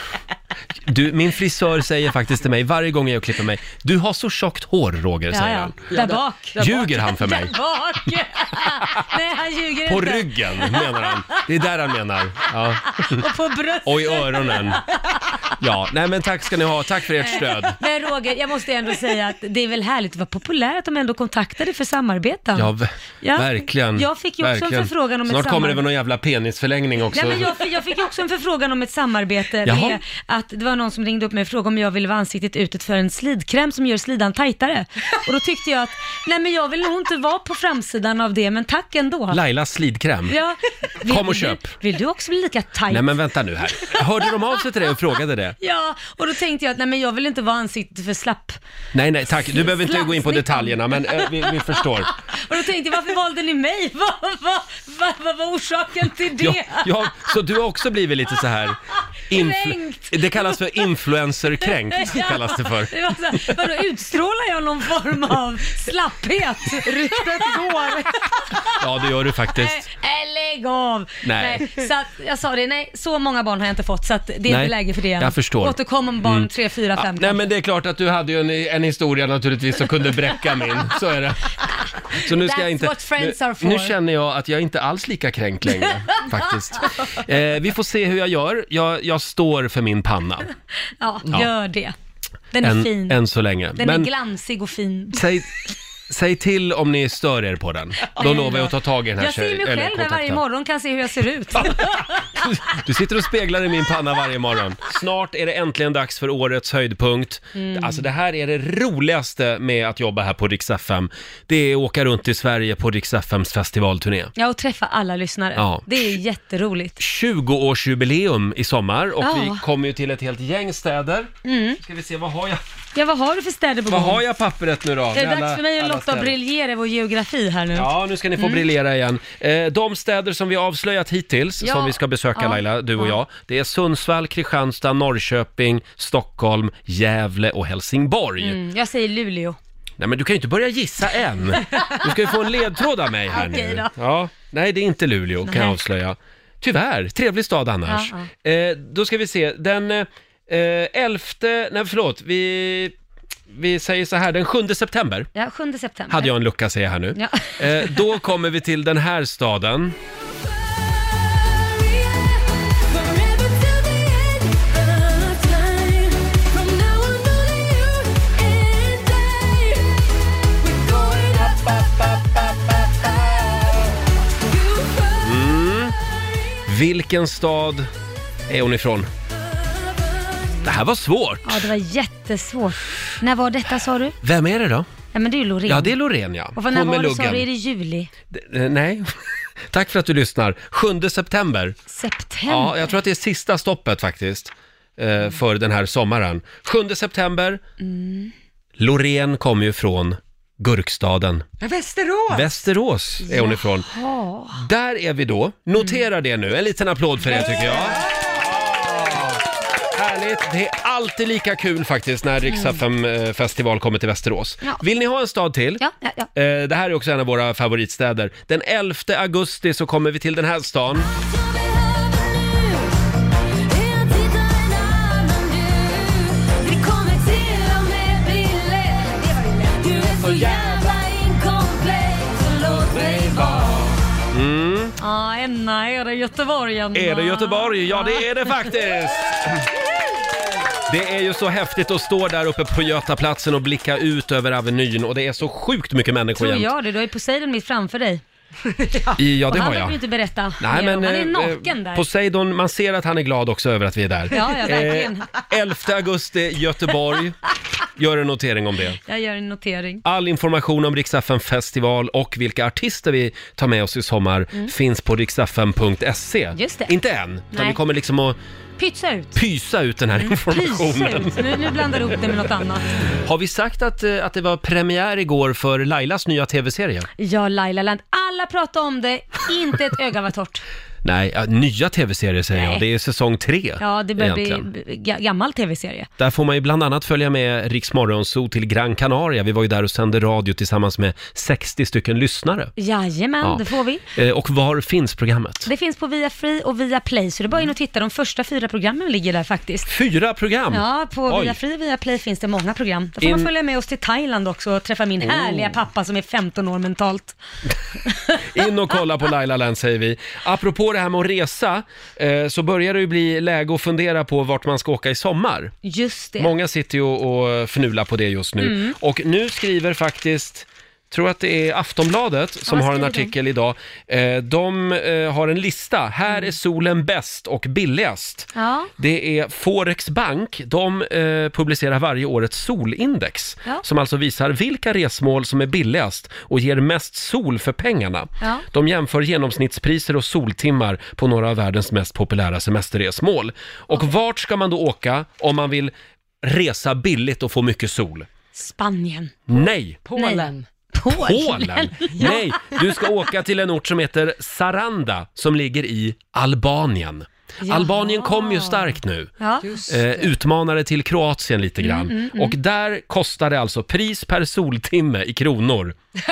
Du, min frisör säger faktiskt till mig varje gång jag klipper mig, du har så tjockt hår, Roger, Ja, säger ja. han. Där bak. Där Ljuger bak. han för mig? Där bak. Nej, han ljuger På inte. ryggen, menar han. Det är där han menar. Ja. Och på bröstet. Och i öronen. Ja, nej men tack ska ni ha. Tack för ert stöd. Men Roger, jag måste ändå säga att det är väl härligt att vara populär, att de ändå kontaktade för samarbeten. Ja, v- Ja, verkligen. jag fick ju också en verkligen. förfrågan om ett Snart kommer det samarbete. väl någon jävla penisförlängning också. Nej, men jag, fick- jag fick ju också en förfrågan om ett samarbete Jaha. med att det var någon som ringde upp mig och frågade om jag ville vara ansiktet utåt för en slidkräm som gör slidan tajtare. Och då tyckte jag att, nej men jag vill nog inte vara på framsidan av det, men tack ändå. Lailas slidkräm. Ja. Vill, Kom och vill köp. Du, vill du också bli lika tajt? Nej men vänta nu här. Hörde de av sig till dig och frågade det? Ja, och då tänkte jag att nej men jag vill inte vara ansiktet för slapp. Nej, nej, tack. Du behöver inte gå in på Slappsnitt. detaljerna, men eh, vi, vi förstår. Och då tänkte jag, varför valde ni mig? Vad vad vad vad var orsaken till det? Ja, ja, så du har också blivit lite så här... Kränkt. Det kallas för influencerkränkt, kallas det för. Det var så här, vadå, utstrålar jag någon form av slapphet? Ryktet går. Ja, det gör du faktiskt. Nej, lägg av! Nej. Så att, jag sa det, nej, så många barn har jag inte fått, så att det är Nej, inte läge för det än. jag förstår. Återkom om barn Mm. tre, fyra, fem. Nej, men det är klart att du hade ju en, en historia naturligtvis som kunde bräcka min. Så är det. Så nu ska That's jag inte... what friends nu, are for. nu känner jag att jag inte alls lika kränkt längre, faktiskt. Eh, vi får se hur jag gör. Jag, jag står för min panna. Ja, Ja. gör det. Den är Än, fin. än så länge. Den Men är glansig och fin. säg, säg till om ni stör er på den. Då Nej, lovar jag att ta tag i den här Jag ser mig tjej- eller själv där varje kontakten. morgon, kan se hur jag ser ut. Du sitter och speglar i min panna varje morgon. Snart är det äntligen dags för årets höjdpunkt. Mm. Alltså det här är det roligaste med att jobba här på Rix F M. Det är att åka runt i Sverige på Rix F M's festivalturné. Ja, och träffa alla lyssnare. Ja. Det är jätteroligt. tjugo-årsjubileum i sommar och Ja. vi kommer ju till ett helt gäng städer. Mm. Ska vi se, vad har jag? Ja, vad har du för städer på Vad gång? har jag pappret nu då? Är det Med dags alla- för mig och alla Lotta städer. att briljera i vår geografi här nu? Ja, nu ska ni få Mm. briljera igen. Eh, de städer som vi har avslöjat hittills, Ja. som vi ska besöka Ja. Laila, du och Ja. jag, det är Sundsvall, Kristianstad, Norrköping, Stockholm, Gävle och Helsingborg. Mm, jag säger Luleå. Nej, men du kan ju inte börja gissa än. Du ska ju få en ledtråd av mig här Okej nu. då. Ja, nej, det är inte Luleå, kan Nej. jag avslöja. Tyvärr, trevlig stad annars. Ja, Eh, då ska vi se, den eh, elfte, nej förlåt, vi, vi säger så här, den sjunde september. Ja, sjunde september. Hade jag en lucka säger jag här nu. Ja. Eh, då kommer vi till den här staden. Mm. Vilken stad är hon ifrån? Det här var svårt. Ja, det var jättesvårt. När var detta, sa du? Vem är det då? Ja, men det är ju Loreen. Ja, det är Loreen, ja. Och vad, när Hon var med det, sa du? luggen. Är det juli? D- eh, nej, tack för att du lyssnar. sjunde september. September? Ja, jag tror att det är sista stoppet faktiskt. Eh, för den här sommaren. sjunde september. Mm. Loreen kommer ju från Gurkstaden. Västerås! Västerås är hon ifrån. Jaha. Där är vi då. Notera det nu. En liten applåd för det tycker jag. Härligt. Det är alltid lika kul faktiskt när Rix F M-festival kommer till Västerås. Ja. Vill ni ha en stad till? Ja, ja, ja. Eh, Det här är också en av våra favoritstäder. Den elfte augusti så kommer vi till den här stan. Mm. Ja, Enna, är det Göteborg ändå? Är det Göteborg? Ja, det är det faktiskt! Det är ju så häftigt att stå där uppe på Götaplatsen och blicka ut över Avenyn och det är så sjukt mycket människor Tror jämt. jag det, du har ju Poseidon mitt framför dig. I, ja, det och han har vill jag. ju inte berätta. Nej, men, han är eh, naken där. Poseidon, man ser att han är glad också över att vi är där. Ja, ja, verkligen. Eh, elfte augusti, Göteborg. Gör en notering om det. Jag gör en notering. All information om Rix F M festival och vilka artister vi tar med oss i sommar Mm. finns på rix f m punkt se. Just det. Inte än, utan Nej. vi kommer liksom att Pytsa ut. pysa ut den här informationen. Pysa ut. Nu, nu blandar du ihop det med något annat. Har vi sagt att, eh, att det var premiär igår för Lailas nya tv-serie? Ja, Laila Land. Alla pratar om det, inte ett öga var torrt. Nej, ja, nya tv-serier säger Nej. jag. Det är säsong tre. Ja, det börjar egentligen. bli ga- gammal tv-serie. Där får man ju bland annat följa med Rix Morgonzoo till Gran Canaria. Vi var ju där och sände radio tillsammans med sextio stycken lyssnare. Jajamän, Ja. det får vi. Eh, och var finns programmet? Det finns på Via Free och Via Play, så det är bara in och titta. De första fyra programmen ligger där faktiskt. Fyra program? Ja, på Oj. Via Free och Via Play finns det många program. Då får In- man följa med oss till Thailand också och träffa min Oh. härliga pappa som är femton år mentalt. In och kolla på Laila Land säger vi. Apropå det här med att resa, eh, så börjar det ju bli läge att fundera på vart man ska åka i sommar. Just det. Många sitter ju och, och fnular på det just nu. Mm. Och nu skriver faktiskt, tror att det är Aftonbladet som vad har en skriver de? artikel idag. Eh, de eh, har en lista. Här är solen bäst och billigast. Ja. Det är Forex Bank. De eh, publicerar varje år ett solindex Ja. som alltså visar vilka resmål som är billigast och ger mest sol för pengarna. Ja. De jämför genomsnittspriser och soltimmar på några av världens mest populära semesterresmål. Och vart ska man då åka om man vill resa billigt och få mycket sol? Spanien. Nej! Polen. Polen? Polen? Nej, du ska åka till en ort som heter Saranda som ligger i Albanien. Jaha. Albanien kom ju starkt nu. Ja. Eh, utmanare till Kroatien lite grann. Mm, mm, mm. Och där kostar det alltså pris per soltimme i kronor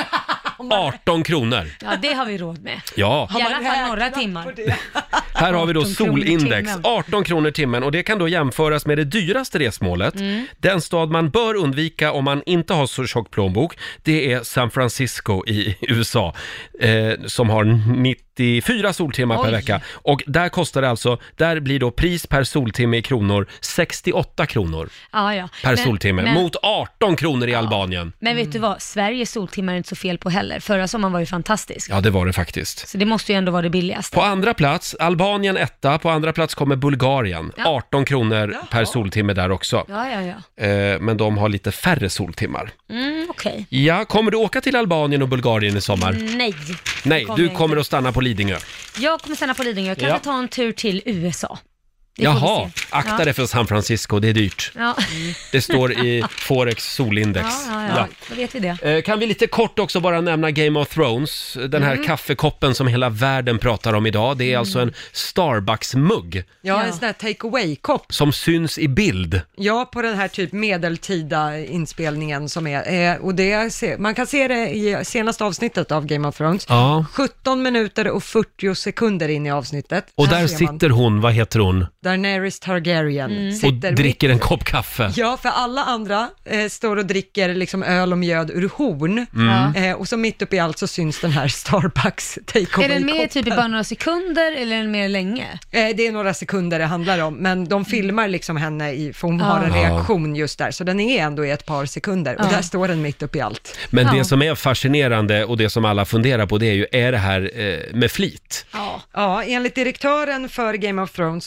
arton kronor. Ja, det har vi råd med. Ja, I alla fall några timmar. här har vi då arton kronor solindex. timmen. arton kronor timmen och det kan då jämföras med det dyraste resmålet. Mm. Den stad man bör undvika om man inte har så tjock plånbok, det är San Francisco i U S A. Eh, som har nittiofyra soltimmar per Oj. vecka. Och där kostar det alltså, där blir då pris per soltimme i kronor sextioåtta kronor Ja, ja. per Men- soltimme. men- Mot arton kronor i Albanien. Men vet du vad, Sveriges soltimmar är inte så fel på heller. Förra sommaren var ju fantastisk. Ja, det var det faktiskt. Så det måste ju ändå vara det billigaste. På andra plats, Albanien etta, på andra plats kommer Bulgarien. Ja. arton kronor per soltimme där också. Ja, ja, ja. Eh, men de har lite färre soltimmar. Mm, okej. Ja, kommer du åka till Albanien och Bulgarien i sommar? Nej. Nej, kommer du jag kommer inte. att stanna på Lidingö. Jag kommer stanna på Lidingö. Jag kan Ja. ta en tur till U S A. Det får vi Jaha, se. akta Ja. dig för San Francisco, det är dyrt. Ja. Det står i Forex solindex. Ja, ja, ja. Då vet vi det. Eh, Kan vi lite kort också bara nämna Game of Thrones, den här Mm. kaffekoppen som hela världen pratar om idag. Det är alltså en Starbucks-mugg Ja, Ja. en sån här take away-kopp. som syns i bild. Ja, på den här typ medeltida inspelningen som är, eh, och det är, se- man kan se det i senaste avsnittet av Game of Thrones. Ja. sjutton minuter och fyrtio sekunder in i avsnittet. Och Här där ser man sitter hon, vad heter hon? Daenerys Targaryen. Och Sitter dricker en kopp kaffe. Ja, för alla andra eh, står och dricker liksom öl och mjöd ur horn. Mm. Eh, och så mitt uppe i allt så syns den här Starbucks take Är away den med typ i bara några sekunder eller är den mer länge? Eh, det är några sekunder det handlar om, men de filmar liksom henne i, för hon Ja. har en Ja. reaktion just där, så den är ändå i ett par sekunder och Ja. där står den mitt uppe i allt. Men Ja. det som är fascinerande och det som alla funderar på, det är ju, är det här eh, med flit? Ja. Ja, enligt direktören för Game of Thrones så säger man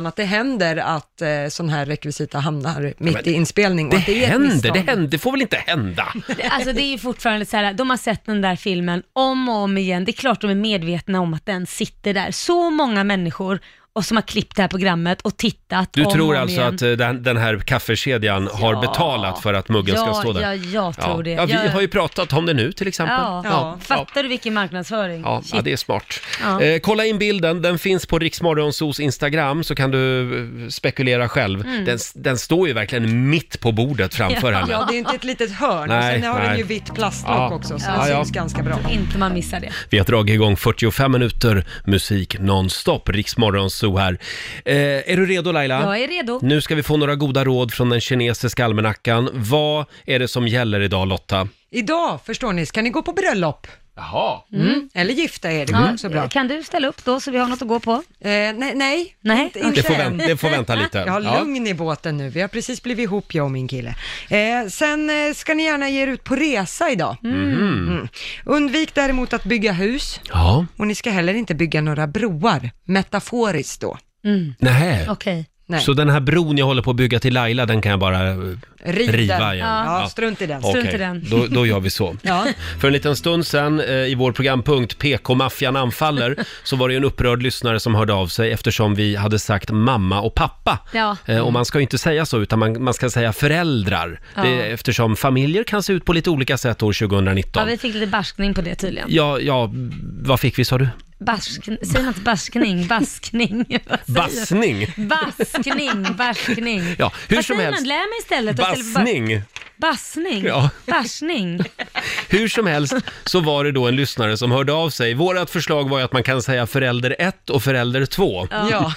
man att det händer att eh, sån här rekvisita hamnar mitt men, i inspelning. Och det, att det, är händer, det händer, det får väl inte hända? Alltså det är ju fortfarande så här, de har sett den där filmen om och om igen. Det är klart de är medvetna om att den sitter där. Så många människor och som har klippt det här programmet och tittat Du om tror och om alltså igen. att eh, den, den här kaffekedjan ja. har betalat för att muggen ja, ska stå där? Ja, jag tror ja. det. Ja, vi jag... har ju pratat om det nu till exempel. Ja. Ja. Fattar du vilken marknadsföring? Ja, ja, det är smart. Ja. Eh, kolla in bilden, den finns på Riksmorgonsos Instagram så kan du eh, spekulera själv. Mm. Den, den står ju verkligen mitt på bordet framför ja. henne. Ja, det är inte ett litet hörn. Nej, och sen har nej. den ju vitt plastlock Ja. också, så Ja, den ja. syns ganska bra. Inte man missar det. Vi har dragit igång fyrtiofem minuter musik nonstop, Riksmorgonso här. Eh, är du redo Laila? Jag är redo. Nu ska vi få några goda råd från den kinesiska almanackan. Vad är det som gäller idag Lotta? Idag, förstår ni, ska ni gå på bröllop? Jaha. Mm. Eller gifta er, det går Ja, också bra. kan du ställa upp då så vi har något att gå på? Eh, nej, nej, nej. Inte, inte Det får, än. vänt, det får vänta lite. Jag har Ja. lugn i båten nu, vi har precis blivit ihop jag och min kille. Eh, sen eh, ska ni gärna ge er ut på resa idag. Mm. Mm. Undvik däremot att bygga hus. Ja. Och ni ska heller inte bygga några broar, metaforiskt då. Mm. Nähä. Okej. Nej. Så den här bron jag håller på att bygga till Laila, den kan jag bara eh, Riv riva den. igen? Ja, strunt i den. Okej, Strunt i den. Då, då gör vi så. Ja. För en liten stund sedan eh, i vår programpunkt P K-maffian anfaller så var det ju en upprörd lyssnare som hörde av sig eftersom vi hade sagt mamma och pappa. Ja. Eh, och man ska ju inte säga så utan man, man ska säga föräldrar. Ja. Det, eftersom familjer kan se ut på lite olika sätt år tjugonitton. Ja, vi fick lite baskning på det tydligen. Ja, ja, vad fick vi sa du? Bask, säg något baskning, baskning. Bassning? Baskning, baskning. Ja, hur Vad som säger helst. man? Lär mig istället. då, istället för ba- Bassning? Bassning? Ja. Barsning? Hur som helst så var det då en lyssnare som hörde av sig. Vårat förslag var ju att man kan säga förälder ett och förälder två. Ja,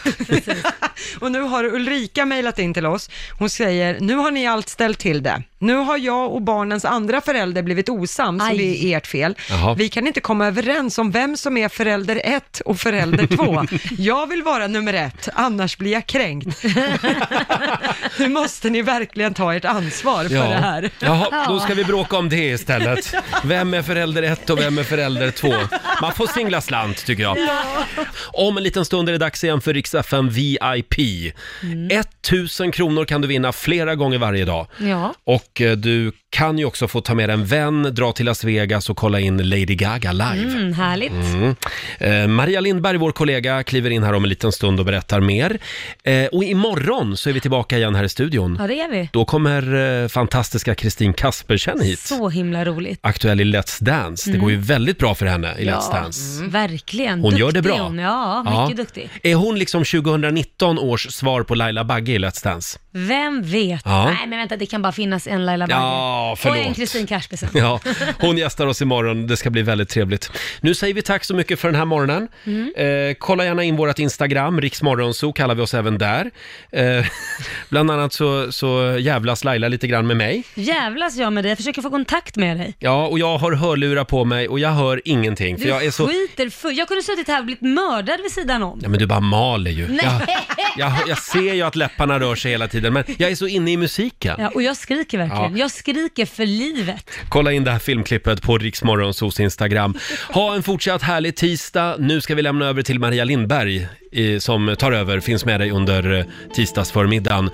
och nu har Ulrika mejlat in till oss. Hon säger, nu har ni allt ställt till det. Nu har jag och barnens andra förälder blivit osams och Aj. det är ert fel. Jaha. Vi kan inte komma överens om vem som är förälder ett och förälder två. Jag vill vara nummer ett, annars blir jag kränkt. Nu måste ni verkligen ta ert ansvar för det här. Jaha, då ska vi bråka om det istället. Vem är förälder ett och vem är förälder två? Man får singla slant tycker jag. Om en liten stund är det dags igen för Rix F M V I P. Mm. tusen kronor kan du vinna flera gånger varje dag. Ja. Och eh, du kan ju också få ta med en vän, dra till Las Vegas och kolla in Lady Gaga live. Mm, härligt. Mm. Eh, Maria Lindberg, vår kollega, kliver in här om en liten stund och berättar mer. Eh, och imorgon så är vi tillbaka igen här i studion. Ja, det är vi. Då kommer eh, fantastiska Kristin Kaspersen hit. Så himla roligt. Aktuell i Let's Dance. Det Mm. går ju väldigt bra för henne i Ja, Let's Dance. mm. Verkligen. Hon gör det Duktig bra. Hon. Ja, mycket duktig. Är hon liksom tjugonitton års svar på Laila Bagge i Let's Dance? Vem vet? Ja. Nej, men vänta, det kan bara finnas en Laila Bagge. Ja, förlåt. Och en Kristin Kaspersen. Ja, hon gästar oss imorgon. Det ska bli väldigt trevligt. Nu säger vi tack så mycket för den här morgonen. Mm. Eh, kolla gärna in vårt Instagram, Riksmorgonso kallar vi oss även där. Eh, bland annat så, så jävlas Laila lite grann med mig. Jävlas jag med dig? Jag försöker få kontakt med dig. Ja, och jag har hörlurar på mig och jag hör ingenting. För Du jag är så... skiter för. Jag kunde suttit här och blivit mördad vid sidan om. Ja, men du bara maler ju. Nej. Jag, jag, jag ser ju att läpparna rör sig hela tiden, men jag är så inne i musiken. Ja, och jag skriker verkligen. Ja. Jag skriker för livet. Kolla in det här filmklippet på Riksmorgonsos Instagram. Ha en fortsatt härlig tisdag. Nu ska vi lämna över till Maria Lindberg i, som tar över, finns med dig under eh, tisdagsförmiddagen.